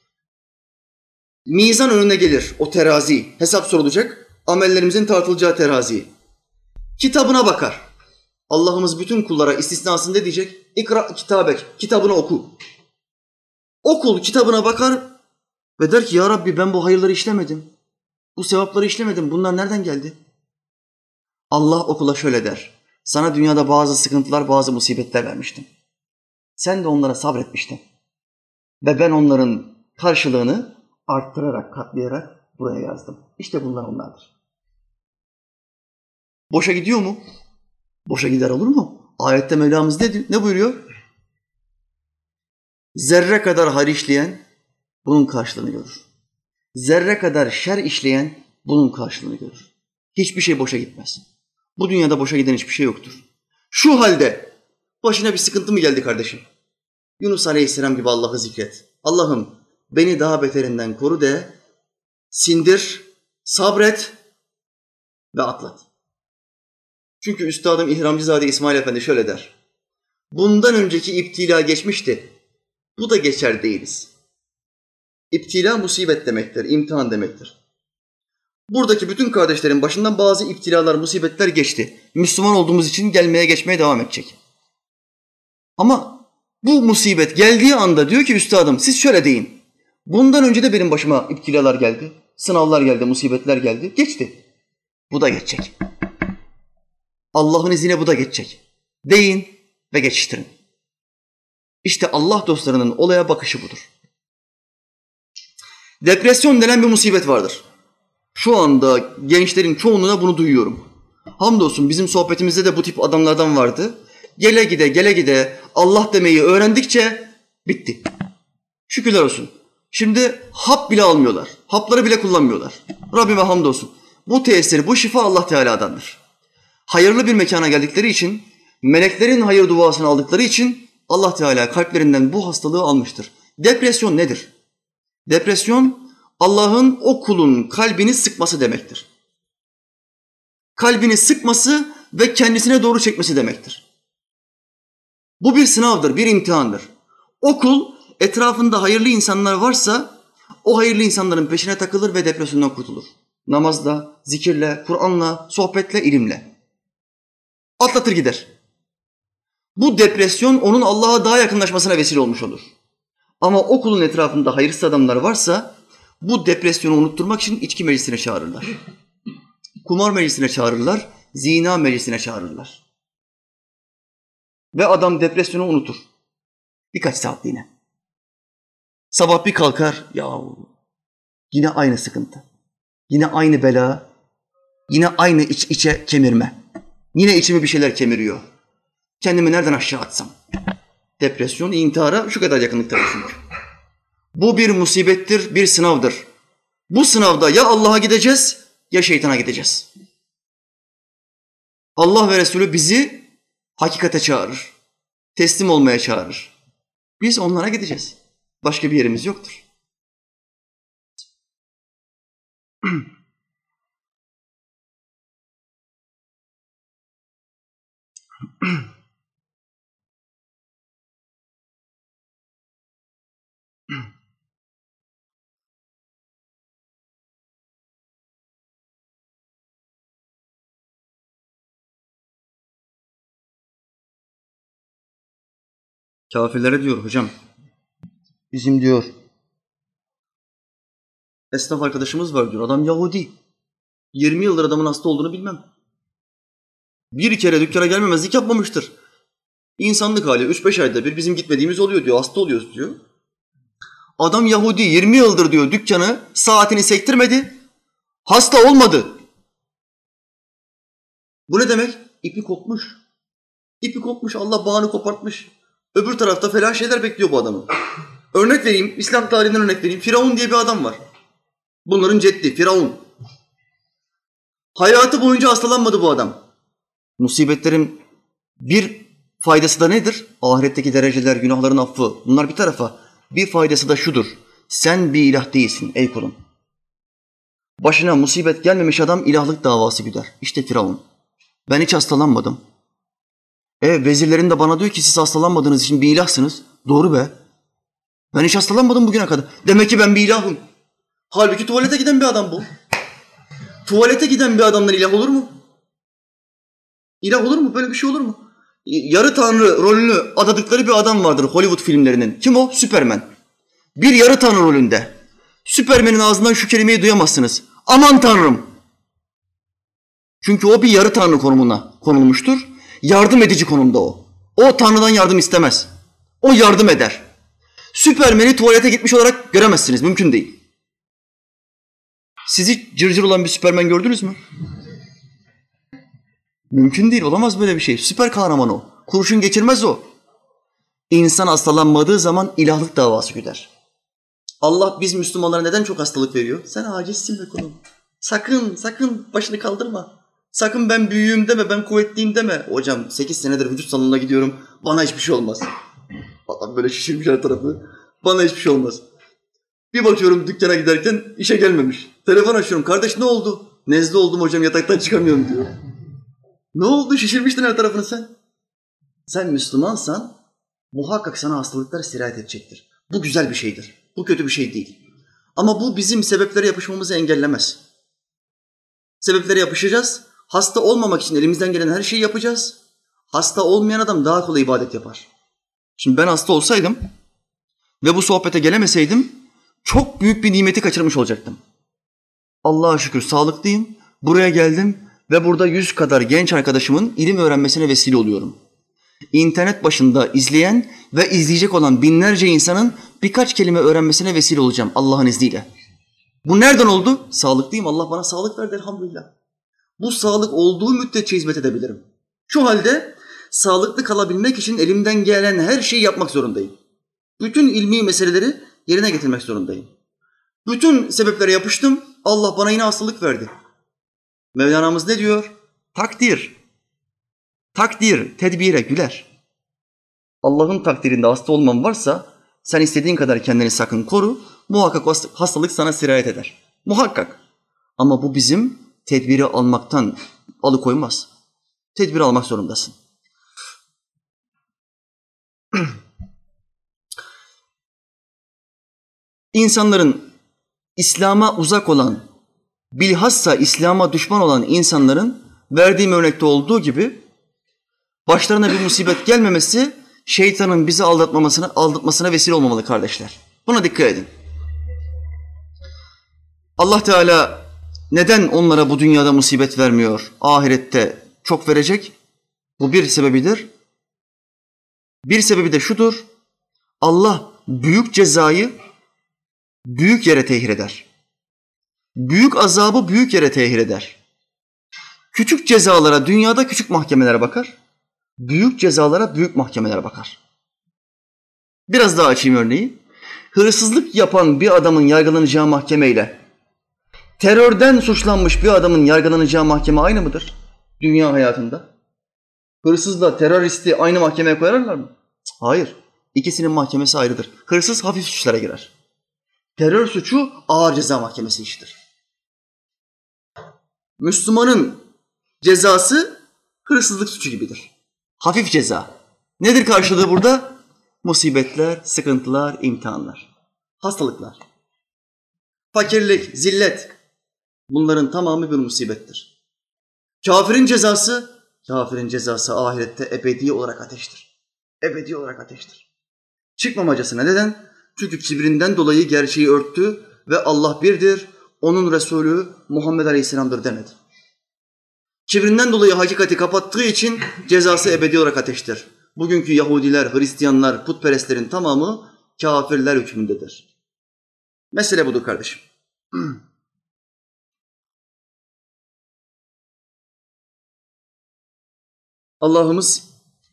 mizan önüne gelir o terazi, hesap sorulacak, amellerimizin tartılacağı terazi. Kitabına bakar. Allah'ımız bütün kullara istisnasında diyecek, İkra kitabek, kitabını oku. O kul kitabına bakar ve der ki, ya Rabbi ben bu hayırları işlemedim. Bu sevapları işlemedim. Bunlar nereden geldi? Allah o kula şöyle der. Sana dünyada bazı sıkıntılar, bazı musibetler vermiştim. Sen de onlara sabretmiştin. Ve ben onların karşılığını arttırarak, katlayarak buraya yazdım. İşte bunlar onlardır. Boşa gidiyor mu? Boşa gider olur mu? Ayette Mevlamız ne, ne buyuruyor? Zerre kadar hayır işleyen bunun karşılığını görür. Zerre kadar şer işleyen bunun karşılığını görür. Hiçbir şey boşa gitmez. Bu dünyada boşa giden hiçbir şey yoktur. Şu halde başına bir sıkıntı mı geldi kardeşim? Yunus Aleyhisselam gibi Allah'ı zikret. Allah'ım beni daha beterinden koru de, sindir, sabret ve atlat. Çünkü Üstadım İhramcızade İsmail Efendi şöyle der. Bundan önceki iptila geçmişti. Bu da geçer değiliz. İptila musibet demektir, imtihan demektir. Buradaki bütün kardeşlerin başından bazı iptilalar, musibetler geçti. Müslüman olduğumuz için gelmeye geçmeye devam edecek. Ama bu musibet geldiği anda diyor ki üstadım siz şöyle deyin. Bundan önce de benim başıma iptilalar geldi, sınavlar geldi, musibetler geldi, geçti. Bu da geçecek. Allah'ın izniyle bu da geçecek. Deyin ve geçiştirin. İşte Allah dostlarının olaya bakışı budur. Depresyon denen bir musibet vardır. Şu anda gençlerin çoğunluğuna bunu duyuyorum. Hamdolsun bizim sohbetimizde de bu tip adamlardan vardı. Gele gide gele gide Allah demeyi öğrendikçe bitti. Şükürler olsun. Şimdi hap bile almıyorlar. Hapları bile kullanmıyorlar. Rabbime hamdolsun. Bu tesir, bu şifa Allah Teala'dandır. Hayırlı bir mekana geldikleri için, meleklerin hayır duasını aldıkları için Allah Teala kalplerinden bu hastalığı almıştır. Depresyon nedir? Depresyon Allah'ın o kulun kalbini sıkması demektir. Kalbini sıkması ve kendisine doğru çekmesi demektir. Bu bir sınavdır, bir imtihandır. O kul etrafında hayırlı insanlar varsa o hayırlı insanların peşine takılır ve depresyondan kurtulur. Namazla, zikirle, Kur'an'la, sohbetle, ilimle. Atlatır gider. Bu depresyon onun Allah'a daha yakınlaşmasına vesile olmuş olur. Ama o kulun etrafında hayırsız adamlar varsa bu depresyonu unutturmak için içki meclisine çağırırlar. Kumar meclisine çağırırlar, zina meclisine çağırırlar. Ve adam depresyonu unutur. Birkaç saatliğine. Sabah bir kalkar, ya yine aynı sıkıntı, yine aynı bela, yine aynı iç içe kemirme. Yine içimi bir şeyler kemiriyor. Kendimi nereden aşağı atsam? Depresyon intihara şu kadar yakınlıktadır çünkü. Bu bir musibettir, bir sınavdır. Bu sınavda ya Allah'a gideceğiz ya şeytana gideceğiz. Allah ve Resulü bizi hakikate çağırır. Teslim olmaya çağırır. Biz onlara gideceğiz. Başka bir yerimiz yoktur. Kafirlere diyor hocam, bizim diyor esnaf arkadaşımız var diyor, adam Yahudi. yirmi yıldır adamın hasta olduğunu bilmem. Bir kere dükkana gelmemezlik yapmamıştır. İnsanlık hali üç beş ayda bir bizim gitmediğimiz oluyor diyor, hasta oluyoruz diyor. Adam Yahudi yirmi yıldır diyor dükkanı, saatini sektirmedi, hasta olmadı. Bu ne demek? İpi kopmuş. İpi kopmuş, Allah bağını kopartmış. Öbür tarafta felah şeyler bekliyor bu adamı. Örnek vereyim, İslam tarihinden örnek vereyim. Firavun diye bir adam var. Bunların ceddi, Firavun. Hayatı boyunca hastalanmadı bu adam. Musibetlerin bir faydası da nedir? Ahiretteki dereceler, günahların affı. Bunlar bir tarafa. Bir faydası da şudur. Sen bir ilah değilsin ey kulum. Başına musibet gelmemiş adam ilahlık davası güder. İşte Firavun. Ben hiç hastalanmadım. E vezirlerin de bana diyor ki siz hastalanmadığınız için bir ilahsınız. Doğru be. Ben hiç hastalanmadım bugüne kadar. Demek ki ben bir ilahım. Halbuki tuvalete giden bir adam bu. Tuvalete giden bir adamdan ilah olur mu? İlah olur mu? Böyle bir şey olur mu? Yarı tanrı rolünü adadıkları bir adam vardır Hollywood filmlerinin. Kim o? Süpermen. Bir yarı tanrı rolünde. Süpermen'in ağzından şu kelimeyi duyamazsınız. Aman tanrım. Çünkü o bir yarı tanrı konumuna konulmuştur. Yardım edici konumda o. O tanrıdan yardım istemez. O yardım eder. Süpermen'i tuvalete gitmiş olarak göremezsiniz. Mümkün değil. Sizi cırcır olan bir Süpermen gördünüz mü? Mümkün değil. Olamaz böyle bir şey. Süper kahraman o. Kurşun geçirmez o. İnsan hastalanmadığı zaman ilahlık davası güder. Allah biz Müslümanlara neden çok hastalık veriyor? Sen acizsin be kulum. Sakın, sakın başını kaldırma. Sakın ben büyüğüm deme, ben kuvvetliyim deme. Hocam sekiz senedir vücut salonuna gidiyorum. Bana hiçbir şey olmaz. Adam böyle şişirmiş her tarafı. Bana hiçbir şey olmaz. Bir bakıyorum dükkana giderken işe gelmemiş. Telefon açıyorum. Kardeş ne oldu? Nezle oldum hocam, yataktan çıkamıyorum diyor. Ne oldu? Şişirmiştin her tarafını sen. Sen Müslümansan muhakkak sana hastalıklar sirayet edecektir. Bu güzel bir şeydir. Bu kötü bir şey değil. Ama bu bizim sebeplere yapışmamızı engellemez. Sebeplere yapışacağız. Hasta olmamak için elimizden gelen her şeyi yapacağız. Hasta olmayan adam daha kolay ibadet yapar. Şimdi ben hasta olsaydım ve bu sohbete gelemeseydim çok büyük bir nimeti kaçırmış olacaktım. Allah'a şükür sağlıklıyım. Buraya geldim ve burada yüz kadar genç arkadaşımın ilim öğrenmesine vesile oluyorum. İnternet başında izleyen ve izleyecek olan binlerce insanın birkaç kelime öğrenmesine vesile olacağım Allah'ın izniyle. Bu nereden oldu? Sağlıklıyım. Allah bana sağlık verdi elhamdülillah. Bu sağlık olduğu müddetçe hizmet edebilirim. Şu halde sağlıklı kalabilmek için elimden gelen her şeyi yapmak zorundayım. Bütün ilmi meseleleri yerine getirmek zorundayım. Bütün sebeplere yapıştım. Allah bana yine hastalık verdi. Mevlana'mız ne diyor? Takdir. Takdir tedbire güler. Allah'ın takdirinde hasta olmam varsa Sen istediğin kadar kendini sakın koru, muhakkak hastalık sana sirayet eder. Muhakkak. Ama bu bizim tedbiri almaktan alıkoymaz. Tedbiri almak zorundasın. İnsanların İslam'a uzak olan, bilhassa İslam'a düşman olan insanların verdiğim örnekte olduğu gibi başlarına bir musibet gelmemesi şeytanın bizi aldatmamasına, aldatmasına vesile olmamalı kardeşler. Buna dikkat edin. Allah Teala neden onlara bu dünyada musibet vermiyor, ahirette çok verecek? Bu bir sebebidir. Bir sebebi de şudur: Allah büyük cezayı büyük yere tehir eder. Büyük azabı büyük yere tehir eder. Küçük cezalara dünyada küçük mahkemeler bakar. Büyük cezalara büyük mahkemeler bakar. Biraz daha açayım örneği. Hırsızlık yapan bir adamın yargılanacağı mahkemeyle terörden suçlanmış bir adamın yargılanacağı mahkeme aynı mıdır dünya hayatında? Hırsızla teröristi aynı mahkemeye koyarlar mı? Hayır. İkisinin mahkemesi ayrıdır. Hırsız hafif suçlara girer. Terör suçu ağır ceza mahkemesi işidir. Müslümanın cezası hırsızlık suçu gibidir. Hafif ceza. Nedir karşılığı burada? Musibetler, sıkıntılar, imtihanlar, hastalıklar, fakirlik, zillet. Bunların tamamı bir musibettir. Kafirin cezası, kafirin cezası ahirette ebedi olarak ateştir. Ebedi olarak ateştir. Çıkmamacasına neden? Çünkü kibrinden dolayı gerçeği örttü ve Allah birdir, onun Resulü Muhammed Aleyhisselam'dır demedi. Kibrinden dolayı hakikati kapattığı için cezası ebedi olarak ateştir. Bugünkü Yahudiler, Hristiyanlar, putperestlerin tamamı kafirler hükmündedir. Mesele budur kardeşim. Allah'ımız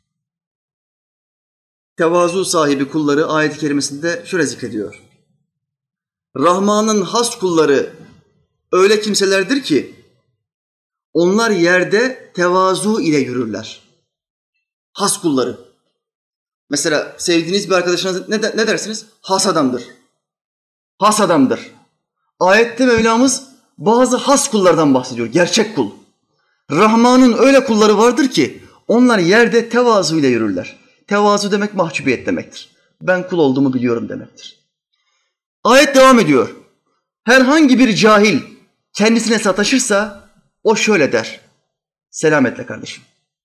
tevazu sahibi kulları ayet-i kerimesinde şöyle zikrediyor. Rahman'ın has kulları öyle kimselerdir ki onlar yerde tevazu ile yürürler. Has kulları. Mesela sevdiğiniz bir arkadaşınız ne, ne dersiniz? Has adamdır. Has adamdır. Ayette Mevlamız bazı has kullardan bahsediyor. Gerçek kul. Rahman'ın öyle kulları vardır ki onlar yerde tevazu ile yürürler. Tevazu demek mahcubiyet demektir. Ben kul olduğumu biliyorum demektir. Ayet devam ediyor. Herhangi bir cahil kendisine sataşırsa o şöyle der. Selametle kardeşim.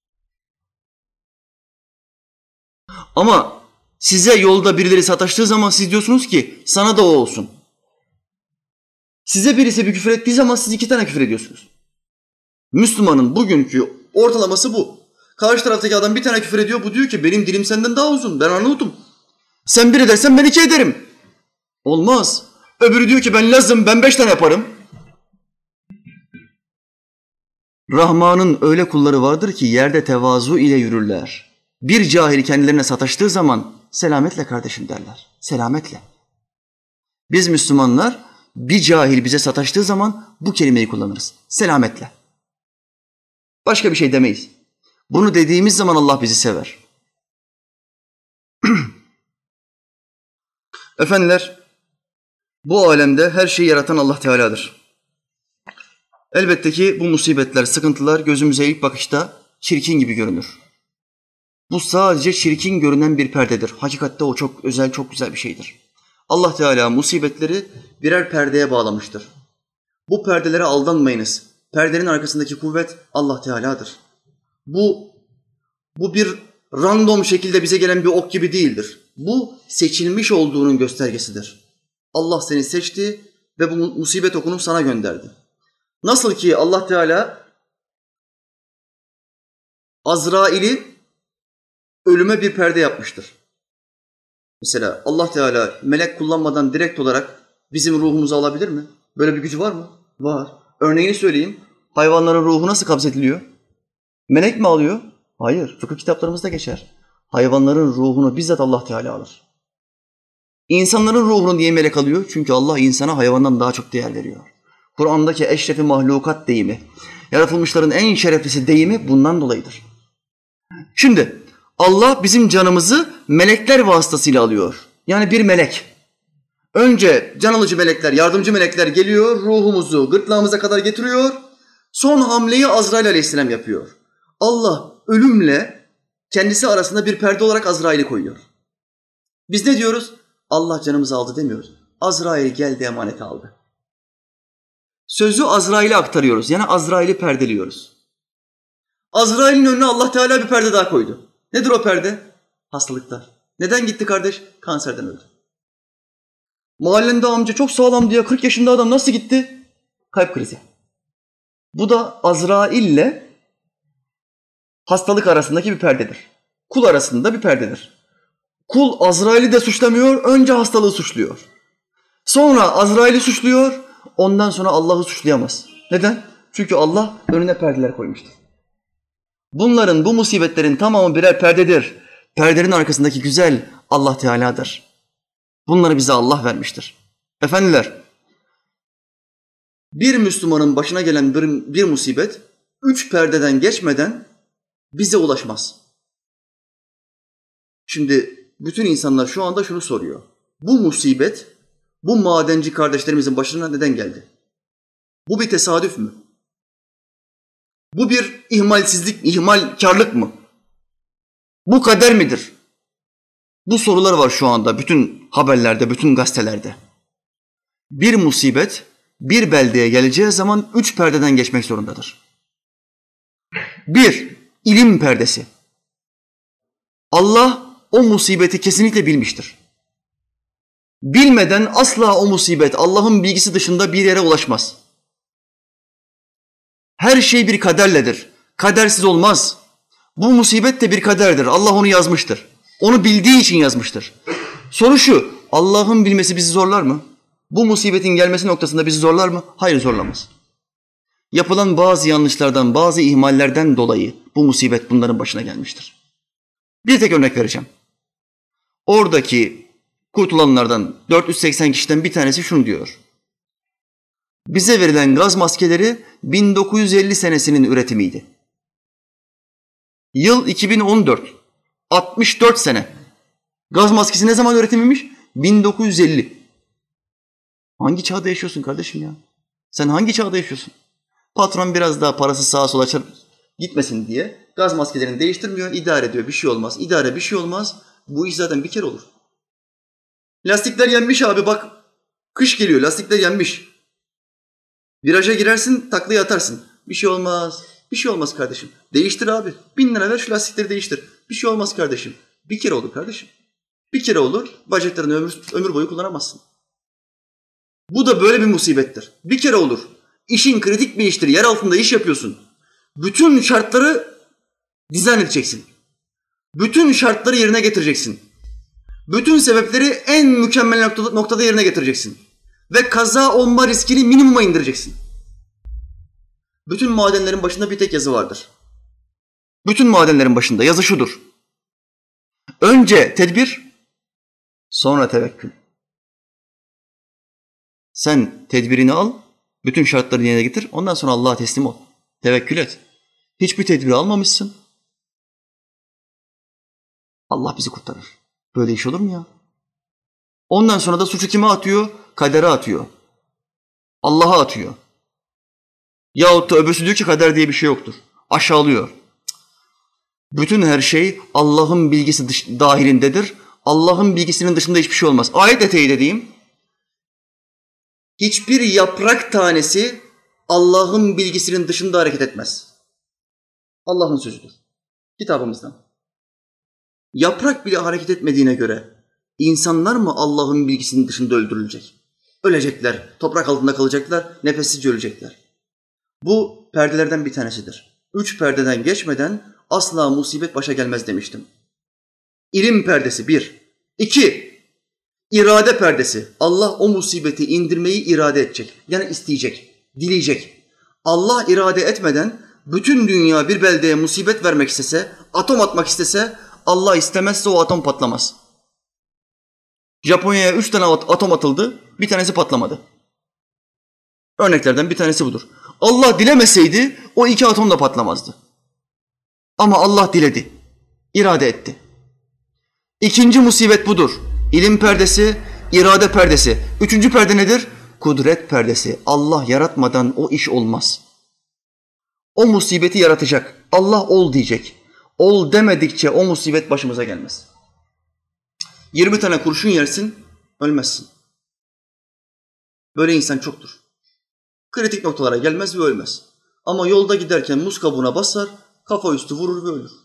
Ama size yolda birileri sataştığı zaman siz diyorsunuz ki sana da o olsun. Size birisi bir küfür ettiği zaman siz iki tane küfür ediyorsunuz. Müslümanın bugünkü ortalaması bu. Karşı taraftaki adam bir tane küfür ediyor. Bu diyor ki benim dilim senden daha uzun. Ben Arnavut'um. Sen bir edersen ben iki ederim. Olmaz. Öbürü diyor ki ben Lazım, ben beş tane yaparım. Rahman'ın öyle kulları vardır ki yerde tevazu ile yürürler. Bir cahil kendilerine sataştığı zaman selametle kardeşim derler. Selametle. Biz Müslümanlar bir cahil bize sataştığı zaman bu kelimeyi kullanırız. Selametle. Başka bir şey demeyiz. Bunu dediğimiz zaman Allah bizi sever. Efendiler, bu alemde her şeyi yaratan Allah Teala'dır. Elbette ki bu musibetler, sıkıntılar gözümüze ilk bakışta çirkin gibi görünür. Bu sadece çirkin görünen bir perdedir. Hakikatte o çok özel, çok güzel bir şeydir. Allah Teala musibetleri birer perdeye bağlamıştır. Bu perdelere aldanmayınız. Perdenin arkasındaki kuvvet Allah Teala'dır. Bu, bu bir random şekilde bize gelen bir ok gibi değildir. Bu seçilmiş olduğunun göstergesidir. Allah seni seçti ve bu musibet okunu sana gönderdi. Nasıl ki Allah Teala Azrail'i ölüme bir perde yapmıştır. Mesela Allah Teala melek kullanmadan direkt olarak bizim ruhumuzu alabilir mi? Böyle bir gücü var mı? Var. Örneğini söyleyeyim. Hayvanların ruhu nasıl kabzediliyor? Melek mi alıyor? Hayır. Fıkıh kitaplarımızda geçer. Hayvanların ruhunu bizzat Allah Teala alır. İnsanların ruhunu niye melek alıyor? Çünkü Allah insana hayvandan daha çok değer veriyor. Kur'an'daki eşrefi mahlukat deyimi, yaratılmışların en şereflisi deyimi bundan dolayıdır. Şimdi Allah bizim canımızı melekler vasıtasıyla alıyor. Yani bir melek. Önce can alıcı melekler, yardımcı melekler geliyor, ruhumuzu gırtlağımıza kadar getiriyor. Son hamleyi Azrail aleyhisselam yapıyor. Allah ölümle kendisi arasında bir perde olarak Azrail'i koyuyor. Biz ne diyoruz? Allah canımızı aldı demiyoruz. Azrail geldi, emaneti aldı. Sözü Azrail'e aktarıyoruz. Yani Azrail'i perdeliyoruz. Azrail'in önüne Allah Teala bir perde daha koydu. Nedir o perde? Hastalıklar. Neden gitti kardeş? Kanserden öldü. Mahallende amca çok sağlam diye kırk yaşında adam nasıl gitti? Kalp krizi. Bu da Azrail'le hastalık arasındaki bir perdedir. Kul arasında bir perdedir. Kul Azrail'i de suçlamıyor, önce hastalığı suçluyor. Sonra Azrail'i suçluyor, ondan sonra Allah'ı suçlayamaz. Neden? Çünkü Allah önüne perdeler koymuştur. Bunların, bu musibetlerin tamamı birer perdedir. Perdenin arkasındaki güzel Allah Teala'dır. Bunları bize Allah vermiştir. Efendiler, bir Müslümanın başına gelen bir, bir musibet, üç perdeden geçmeden bize ulaşmaz. Şimdi bütün insanlar şu anda şunu soruyor. Bu musibet, bu madenci kardeşlerimizin başına neden geldi? Bu bir tesadüf mü? Bu bir ihmalsizlik, ihmalkarlık mı? Bu kader midir? Bu sorular var şu anda bütün haberlerde, bütün gazetelerde. Bir musibet, bir beldeye geleceği zaman üç perdeden geçmek zorundadır. Bir, ilim perdesi. Allah o musibeti kesinlikle bilmiştir. Bilmeden asla o musibet Allah'ın bilgisi dışında bir yere ulaşmaz. Her şey bir kaderledir. Kadersiz olmaz. Bu musibet de bir kaderdir. Allah onu yazmıştır. Onu bildiği için yazmıştır. Soru şu, Allah'ın bilmesi bizi zorlar mı? Bu musibetin gelmesi noktasında bizi zorlar mı? Hayır, zorlamaz. Yapılan bazı yanlışlardan, bazı ihmallerden dolayı bu musibet bunların başına gelmiştir. Bir tek örnek vereceğim. Oradaki kurtulanlardan dört yüz seksen kişiden bir tanesi şunu diyor. Bize verilen gaz maskeleri bin dokuz yüz elli senesinin üretimiydi. Yıl iki bin on dört. altmış dört sene. Gaz maskesi ne zaman üretimiymiş? bin dokuz yüz elli. Hangi çağda yaşıyorsun kardeşim ya? Sen hangi çağda yaşıyorsun? Patron biraz daha parası sağa sola çarp gitmesin diye gaz maskelerini değiştirmiyor, idare ediyor. Bir şey olmaz. İdare bir şey olmaz. Bu iş zaten bir kere olur. Lastikler yenmiş abi bak. Kış geliyor, lastikler yenmiş. Viraja girersin, taklayı atarsın. Bir şey olmaz. Bir şey olmaz kardeşim. Değiştir abi. Bin lira ver şu lastikleri değiştir. Bir şey olmaz kardeşim. Bir kere olur kardeşim. Bir kere olur. Bacaklarını ömür, ömür boyu kullanamazsın. Bu da böyle bir musibettir. Bir kere olur. İşin kritik bir iştir. Yer altında iş yapıyorsun. Bütün şartları dizayn edeceksin. Bütün şartları yerine getireceksin. Bütün sebepleri en mükemmel noktada, noktada yerine getireceksin. Ve kaza olma riskini minimuma indireceksin. Bütün madenlerin başında bir tek yazı vardır. Bütün madenlerin başında yazı şudur. Önce tedbir, sonra tevekkül. Sen tedbirini al, bütün şartları yerine getir, ondan sonra Allah'a teslim ol. Tevekkül et. Hiçbir tedbir almamışsın. Allah bizi kurtarır. Böyle iş olur mu ya? Ondan sonra da suçu kime atıyor? Kadere atıyor. Allah'a atıyor. Yahut da öbürsü diyor ki kader diye bir şey yoktur. Aşağılıyor. Bütün her şey Allah'ın bilgisi dış- dahilindedir. Allah'ın bilgisinin dışında hiçbir şey olmaz. Ayet eteği dediğim, hiçbir yaprak tanesi Allah'ın bilgisinin dışında hareket etmez. Allah'ın sözüdür. Kitabımızdan. Yaprak bile hareket etmediğine göre insanlar mı Allah'ın bilgisinin dışında öldürülecek? Ölecekler, toprak altında kalacaklar, nefessizce ölecekler. Bu perdelerden bir tanesidir. Üç perdeden geçmeden asla musibet başa gelmez demiştim. İlim perdesi bir. İki, irade perdesi. Allah o musibeti indirmeyi irade edecek. Yani isteyecek, dileyecek. Allah irade etmeden bütün dünya bir beldeye musibet vermek istese, atom atmak istese, Allah istemezse o atom patlamaz. Japonya'ya üç tane atom atıldı, bir tanesi patlamadı. Örneklerden bir tanesi budur. Allah dilemeseydi o iki atom da patlamazdı. Ama Allah diledi, irade etti. İkinci musibet budur. İlim perdesi, irade perdesi. Üçüncü perde nedir? Kudret perdesi. Allah yaratmadan o iş olmaz. O musibeti yaratacak. Allah ol diyecek. Ol demedikçe o musibet başımıza gelmez. yirmi tane kurşun yersin, ölmezsin. Böyle insan çoktur. Kritik noktalara gelmez ve ölmez. Ama yolda giderken muz kabuğuna basar, kafa üstü vurur ve ölür.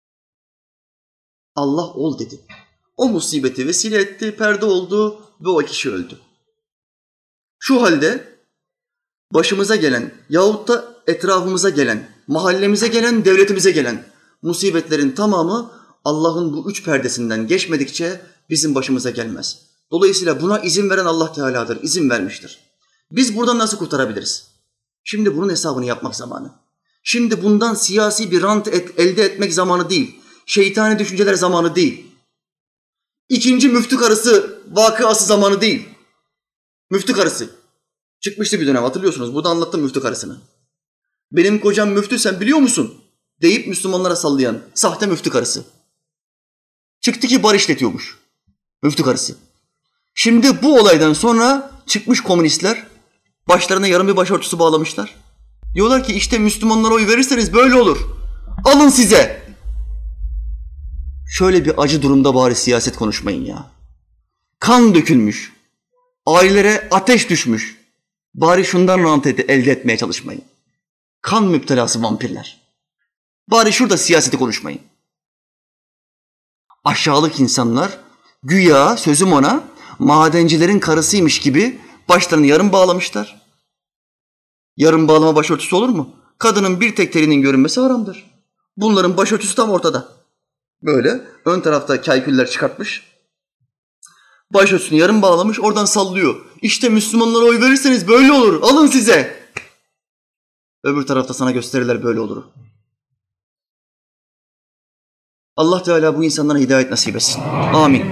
Allah ol dedi. O musibeti vesile etti, perde oldu ve o kişi öldü. Şu halde başımıza gelen yahut da etrafımıza gelen, mahallemize gelen, devletimize gelen musibetlerin tamamı Allah'ın bu üç perdesinden geçmedikçe bizim başımıza gelmez. Dolayısıyla buna izin veren Allah Teala'dır, izin vermiştir. Biz buradan nasıl kurtarabiliriz? Şimdi bunun hesabını yapmak zamanı. Şimdi bundan siyasi bir rant et, elde etmek zamanı değil. Şeytani düşünceler zamanı değil. İkinci müftü karısı vakıası zamanı değil. Müftü karısı. Çıkmıştı bir dönem, hatırlıyorsunuz. Burada anlattım müftü karısını. Benim kocam müftü, sen biliyor musun? Deyip Müslümanlara sallayan sahte müftü karısı. Çıktı ki bar işletiyormuş. Müftü karısı. Şimdi bu olaydan sonra çıkmış komünistler, başlarına yarım bir başörtüsü bağlamışlar. Diyorlar ki işte Müslümanlara oy verirseniz böyle olur. Alın size. Şöyle bir acı durumda bari siyaset konuşmayın ya. Kan dökülmüş. Ailelere ateş düşmüş. Bari şundan rant elde etmeye çalışmayın. Kan müptelası vampirler. Bari şurada siyaseti konuşmayın. Aşağılık insanlar güya sözüm ona madencilerin karısıymış gibi başlarını yarım bağlamışlar. Yarım bağlama başörtüsü olur mu? Kadının bir tek telinin görünmesi haramdır. Bunların başörtüsü tam ortada. Böyle ön tarafta kayküller çıkartmış. Başörtüsünü yarım bağlamış, oradan sallıyor. İşte Müslümanlara oy verirseniz böyle olur, alın size. Öbür tarafta sana gösterirler böyle olur. Allah Teala bu insanlara hidayet nasip etsin. Amin.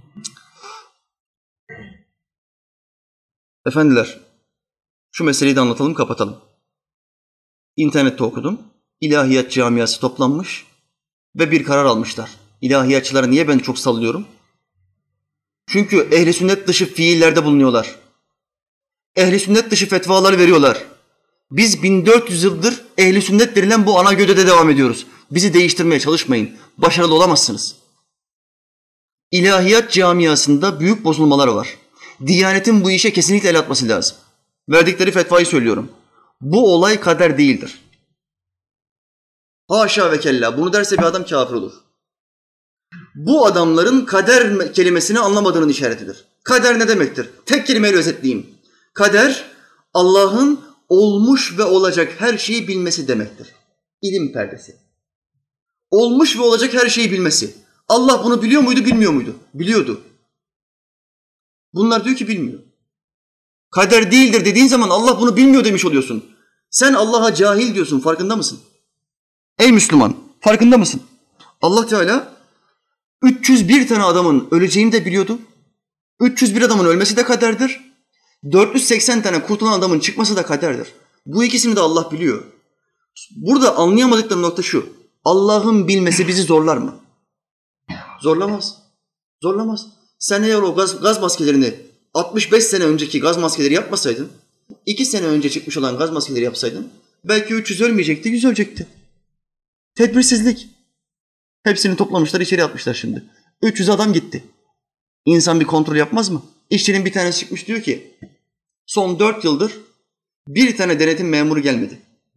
Efendiler, şu meseleyi de anlatalım, kapatalım. İnternette okudum. İlahiyat camiası toplanmış ve bir karar almışlar. İlahiyatçılara niye ben çok sallıyorum? Çünkü ehli sünnet dışı fiillerde bulunuyorlar. Ehli sünnet dışı fetvalar veriyorlar. Biz bin dört yüz yıldır ehli sünnet denilen bu ana gövdede devam ediyoruz. Bizi değiştirmeye çalışmayın. Başarılı olamazsınız. İlahiyat camiasında büyük bozulmalar var. Diyanetin bu işe kesinlikle el atması lazım. Verdikleri fetvayı söylüyorum. Bu olay kader değildir. Haşa ve kella. Bunu derse bir adam kafir olur. Bu adamların kader kelimesini anlamadığının işaretidir. Kader ne demektir? Tek kelimeyle özetleyeyim. Kader, Allah'ın olmuş ve olacak her şeyi bilmesi demektir. İlim perdesi. Olmuş ve olacak her şeyi bilmesi. Allah bunu biliyor muydu, bilmiyor muydu? Biliyordu. Bunlar diyor ki bilmiyor. Kader değildir dediğin zaman Allah bunu bilmiyor demiş oluyorsun. Sen Allah'a cahil diyorsun, farkında mısın? Ey Müslüman, farkında mısın? Allah Teala üç yüz bir tane adamın öleceğini de biliyordu. üç yüz bir adamın ölmesi de kaderdir. dört yüz seksen tane kurtulan adamın çıkması da kaderdir. Bu ikisini de Allah biliyor. Burada anlayamadıkları nokta şu. Allah'ın bilmesi bizi zorlar mı? Zorlamaz. Zorlamaz. Sen eğer o gaz, gaz maskelerini altmış beş sene önceki gaz maskeleri yapmasaydın, iki sene önce çıkmış olan gaz maskeleri yapsaydın, belki üç yüz ölmeyecekti, yüz ölecekti. Tedbirsizlik. Hepsini toplamışlar, içeri atmışlar şimdi. üç yüz adam gitti. İnsan bir kontrol yapmaz mı? İşçinin bir tanesi çıkmış diyor ki, son dört yıldır bir tane denetim memuru gelmedi.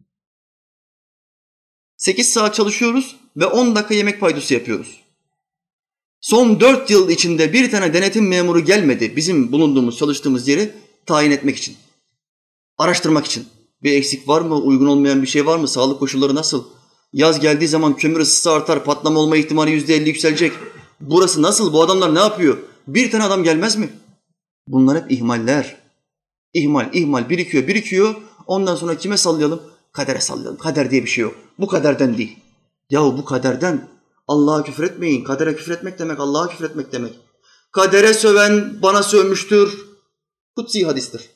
sekiz saat çalışıyoruz ve on dakika yemek paydosu yapıyoruz. Son dört yıl içinde bir tane denetim memuru gelmedi bizim bulunduğumuz, çalıştığımız yeri tayin etmek için. Araştırmak için. Bir eksik var mı? Uygun olmayan bir şey var mı? Sağlık koşulları nasıl? Yaz geldiği zaman kömür ısısı artar, patlama olma ihtimali yüzde elli yükselecek. Burası nasıl? Bu adamlar ne yapıyor? Bir tane adam gelmez mi? Bunlar hep ihmaller. İhmal, ihmal birikiyor, birikiyor. Ondan sonra kime sallayalım? Kadere sallayalım. Kader diye bir şey yok. Bu kaderden değil. Yahu bu kaderden. Allah'a küfür etmeyin. Kadere küfür etmek demek, Allah'a küfür etmek demek. Kadere söven bana sövmüştür. Kutsi hadistir.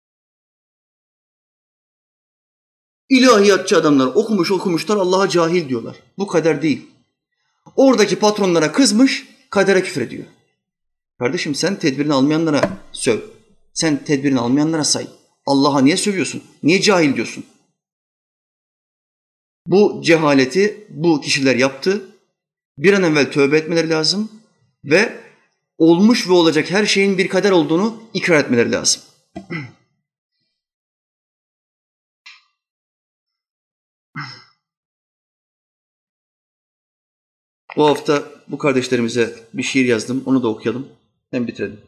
İlahiyatçı adamlar okumuş okumuşlar, Allah'a cahil diyorlar. Bu kader değil. Oradaki patronlara kızmış, kadere küfür ediyor. Kardeşim sen tedbirini almayanlara söv. Sen tedbirini almayanlara say. Allah'a niye sövüyorsun? Niye cahil diyorsun? Bu cehaleti bu kişiler yaptı. Bir an evvel tövbe etmeleri lazım ve olmuş ve olacak her şeyin bir kader olduğunu ikrar etmeleri lazım. Bu hafta bu kardeşlerimize bir şiir yazdım. Onu da okuyalım. Hem bitirelim.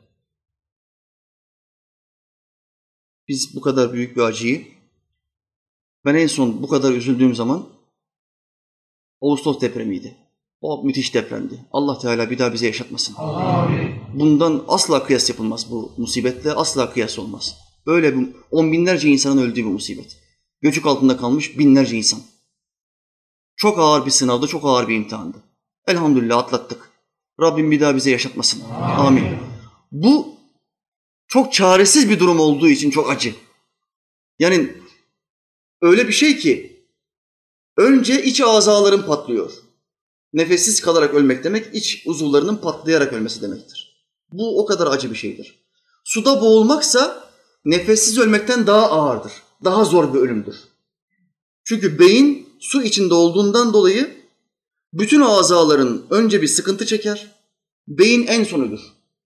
Biz bu kadar büyük bir acıyı, ben en son bu kadar üzüldüğüm zaman Ağustos depremiydi. O müthiş depremdi. Allah Teala bir daha bize yaşatmasın. Amin. Bundan asla kıyas yapılmaz bu musibetle. Asla kıyas olmaz. Böyle bir on binlerce insanın öldüğü bir musibet. Göçük altında kalmış binlerce insan. Çok ağır bir sınavdı, çok ağır bir imtihandı. Elhamdülillah atlattık. Rabbim bir daha bize yaşatmasın. Amin. Amin. Bu çok çaresiz bir durum olduğu için çok acı. Yani öyle bir şey ki önce iç azaların patlıyor. Nefessiz kalarak ölmek demek iç uzuvlarının patlayarak ölmesi demektir. Bu o kadar acı bir şeydir. Suda boğulmaksa nefessiz ölmekten daha ağırdır. Daha zor bir ölümdür. Çünkü beyin su içinde olduğundan dolayı bütün azaların önce bir sıkıntı çeker. Beyin en son ölür.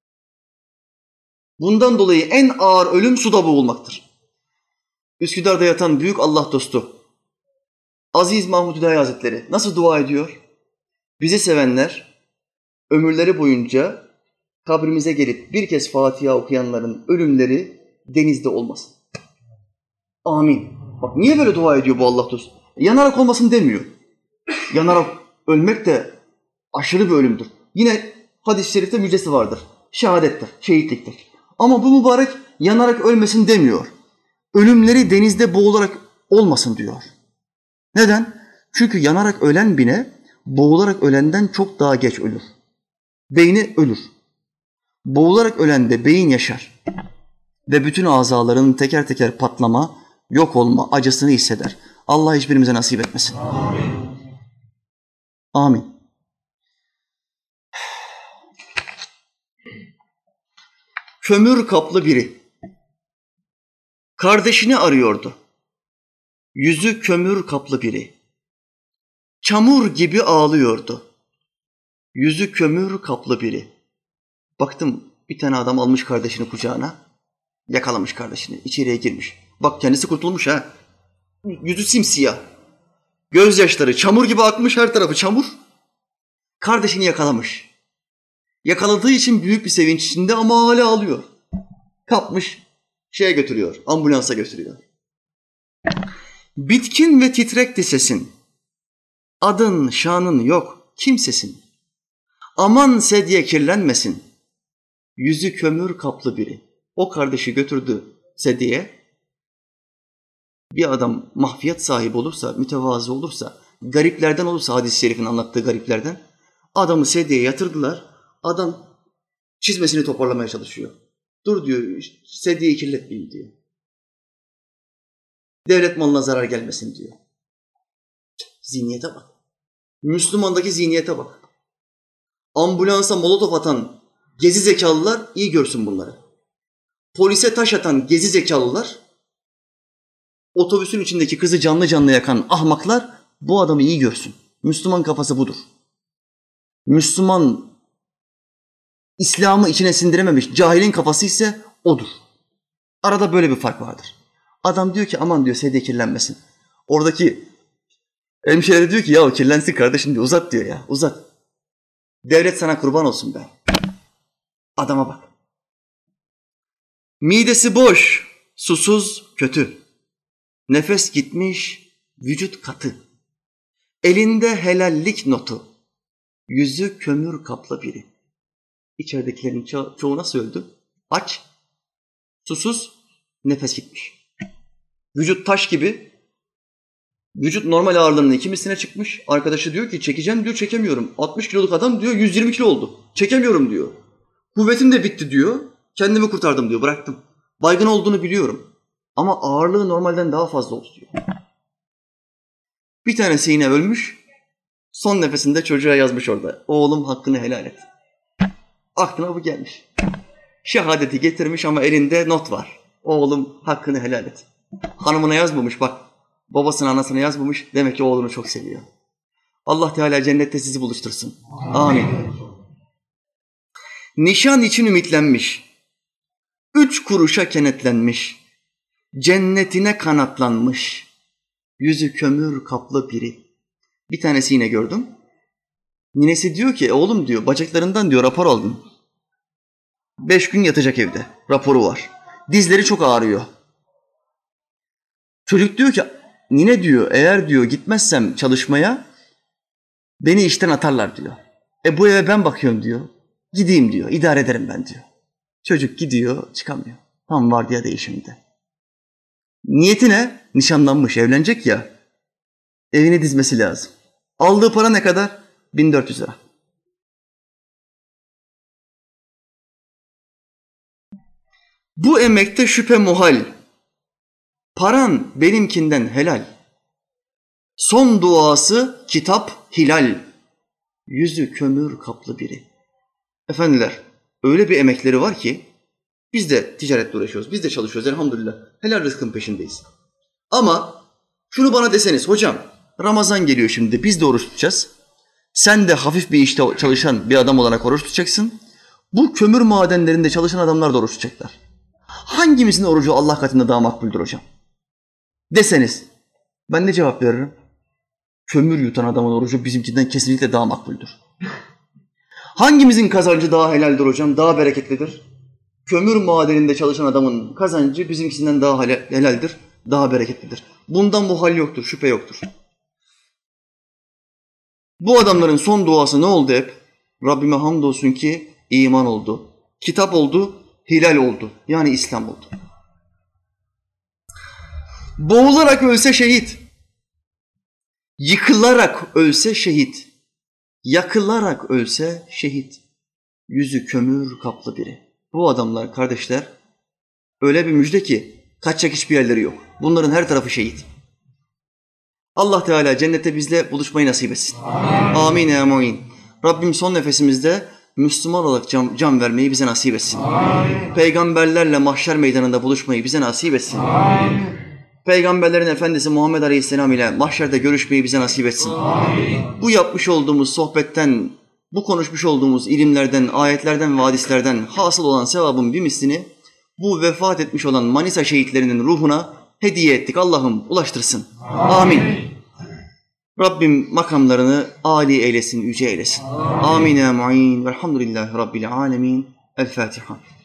Bundan dolayı en ağır ölüm suda boğulmaktır. Üsküdar'da yatan büyük Allah dostu Aziz Mahmud Hüdayi Hazretleri nasıl dua ediyor? Bizi sevenler ömürleri boyunca kabrimize gelip bir kez Fatiha okuyanların ölümleri denizde olmasın. Amin. Bak niye böyle dua ediyor bu Allah dostu? Yanarak olmasın demiyor. Yanarak ölmek de aşırı bir ölümdür. Yine hadis-i şerifte müjdesi vardır. Şehadettir, şehitliktir. Ama bu mübarek yanarak ölmesin demiyor. Ölümleri denizde boğularak olmasın diyor. Neden? Çünkü yanarak ölen bile boğularak ölenden çok daha geç ölür. Beyni ölür. Boğularak ölen de beyin yaşar. Ve bütün azaların teker teker patlama, yok olma acısını hisseder. Allah hiçbirimize nasip etmesin. Amin. Amin. Kömür kaplı biri kardeşini arıyordu. Yüzü kömür kaplı biri. Çamur gibi ağlıyordu. Yüzü kömür kaplı biri. Baktım bir tane adam almış kardeşini kucağına. Yakalamış kardeşini. İçeriye girmiş. Bak kendisi kurtulmuş ha. Yüzü simsiyah. Gözyaşları çamur gibi akmış, her tarafı çamur. Kardeşini yakalamış. Yakaladığı için büyük bir sevinç içinde ama hala ağlıyor. Kapmış, şeye götürüyor, ambulansa götürüyor. Bitkin ve titrekti sesin. Adın, şanın yok, kimsesin. Aman sedye kirlenmesin. Yüzü kömür kaplı biri. O kardeşi götürdü sedyeye. Bir adam mahfiyet sahibi olursa, mütevazı olursa, gariplerden olursa, hadis-i şerifin anlattığı gariplerden, adamı sedyeye yatırdılar. Adam çizmesini toparlamaya çalışıyor. Dur diyor, sedyeyi kirletmeyeyim diyor. Devlet malına zarar gelmesin diyor. Zihniyete bak. Müslümandaki zihniyete bak. Ambulansa molotof atan gezi zekalılar iyi görsün bunları. Polise taş atan gezi zekalılar, otobüsün içindeki kızı canlı canlı yakan ahmaklar bu adamı iyi görsün. Müslüman kafası budur. Müslüman İslam'ı içine sindirememiş cahilin kafası ise odur. Arada böyle bir fark vardır. Adam diyor ki aman diyor sedye kirlenmesin. Oradaki hemşire diyor ki ya kirlensin kardeşim diyor, uzat diyor ya, uzat. Devlet sana kurban olsun be. Adama bak. Midesi boş, susuz, kötü. Nefes gitmiş, vücut katı. Elinde helallik notu. Yüzü kömür kaplı biri. İçeridekilerin ço- çoğu nasıl öldü? Aç, susuz, nefes gitmiş. Vücut taş gibi. Vücut normal ağırlığının iki misline çıkmış. Arkadaşı diyor ki çekeceğim diyor, çekemiyorum. altmış kiloluk adam diyor yüz yirmi kilo oldu. Çekemiyorum diyor. Kuvvetim de bitti diyor. Kendimi kurtardım diyor, bıraktım. Baygın olduğunu biliyorum. Ama ağırlığı normalden daha fazla oldu diyor. Bir tanesi yine ölmüş. Son nefesinde çocuğa yazmış orada. Oğlum hakkını helal et. Aklına bu gelmiş. Şehadeti getirmiş ama elinde not var. Oğlum hakkını helal et. Hanımına yazmamış bak. Babasına anasına yazmamış. Demek ki oğlunu çok seviyor. Allah Teala cennette sizi buluştursun. Amin. Nişan için ümitlenmiş. Üç kuruşa kenetlenmiş. Cennetine kanatlanmış. Yüzü kömür kaplı biri. Bir tanesi yine gördüm. Ninesi diyor ki oğlum diyor bacaklarından diyor rapor aldım. Beş gün yatacak evde. Raporu var. Dizleri çok ağrıyor. Çocuk diyor ki nine diyor eğer diyor gitmezsem çalışmaya beni işten atarlar diyor. E bu eve ben bakıyorum diyor. Gideyim diyor. İdare ederim ben diyor. Çocuk gidiyor çıkamıyor. Tam vardiya değişiminde. Niyeti ne? Nişanlanmış evlenecek ya. Evini dizmesi lazım. Aldığı para ne kadar? bin dört yüz lira. Bu emekte şüphe muhal. Paran benimkinden helal. Son duası kitap hilal. Yüzü kömür kaplı biri. Efendiler öyle bir emekleri var ki biz de ticaretle uğraşıyoruz. Biz de çalışıyoruz elhamdülillah. Helal rızkın peşindeyiz. Ama şunu bana deseniz hocam Ramazan geliyor şimdi biz de oruç tutacağız. Sen de hafif bir işte çalışan bir adam olarak oruç tutacaksın. Bu kömür madenlerinde çalışan adamlar da oruç tutacaklar. Hangimizin orucu Allah katında daha makbuldür hocam? Deseniz ben ne cevap veririm? Kömür yutan adamın orucu bizimkinden kesinlikle daha makbuldür. Hangimizin kazancı daha helaldir hocam, daha bereketlidir? Kömür madeninde çalışan adamın kazancı bizimkisinden daha helaldir, daha bereketlidir. Bundan muhal yoktur, şüphe yoktur. Bu adamların son duası ne oldu hep? Rabbime hamdolsun ki iman oldu, kitap oldu, hilal oldu. Yani İslam oldu. Boğularak ölse şehit, yıkılarak ölse şehit, yakılarak ölse şehit. Yüzü kömür kaplı biri. Bu adamlar kardeşler öyle bir müjde ki kaçacak hiçbir yerleri yok. Bunların her tarafı şehit. Allah Teala cennette bizle buluşmayı nasip etsin. Amin. Amin ya mu'in. Rabbim son nefesimizde Müslüman olarak can, can vermeyi bize nasip etsin. Amin. Peygamberlerle mahşer meydanında buluşmayı bize nasip etsin. Amin. Peygamberlerin efendisi Muhammed Aleyhisselam ile mahşerde görüşmeyi bize nasip etsin. Amin. Bu yapmış olduğumuz sohbetten, bu konuşmuş olduğumuz ilimlerden, ayetlerden ve hadislerden hasıl olan sevabın bir mislini bu vefat etmiş olan Manisa şehitlerinin ruhuna hediye ettik. Allah'ım ulaştırsın. Amin. Amin. Rabbim makamlarını âli eylesin, yüce eylesin. Amin ya mu'in. Velhamdülillahi Rabbil alemin. El Fatiha.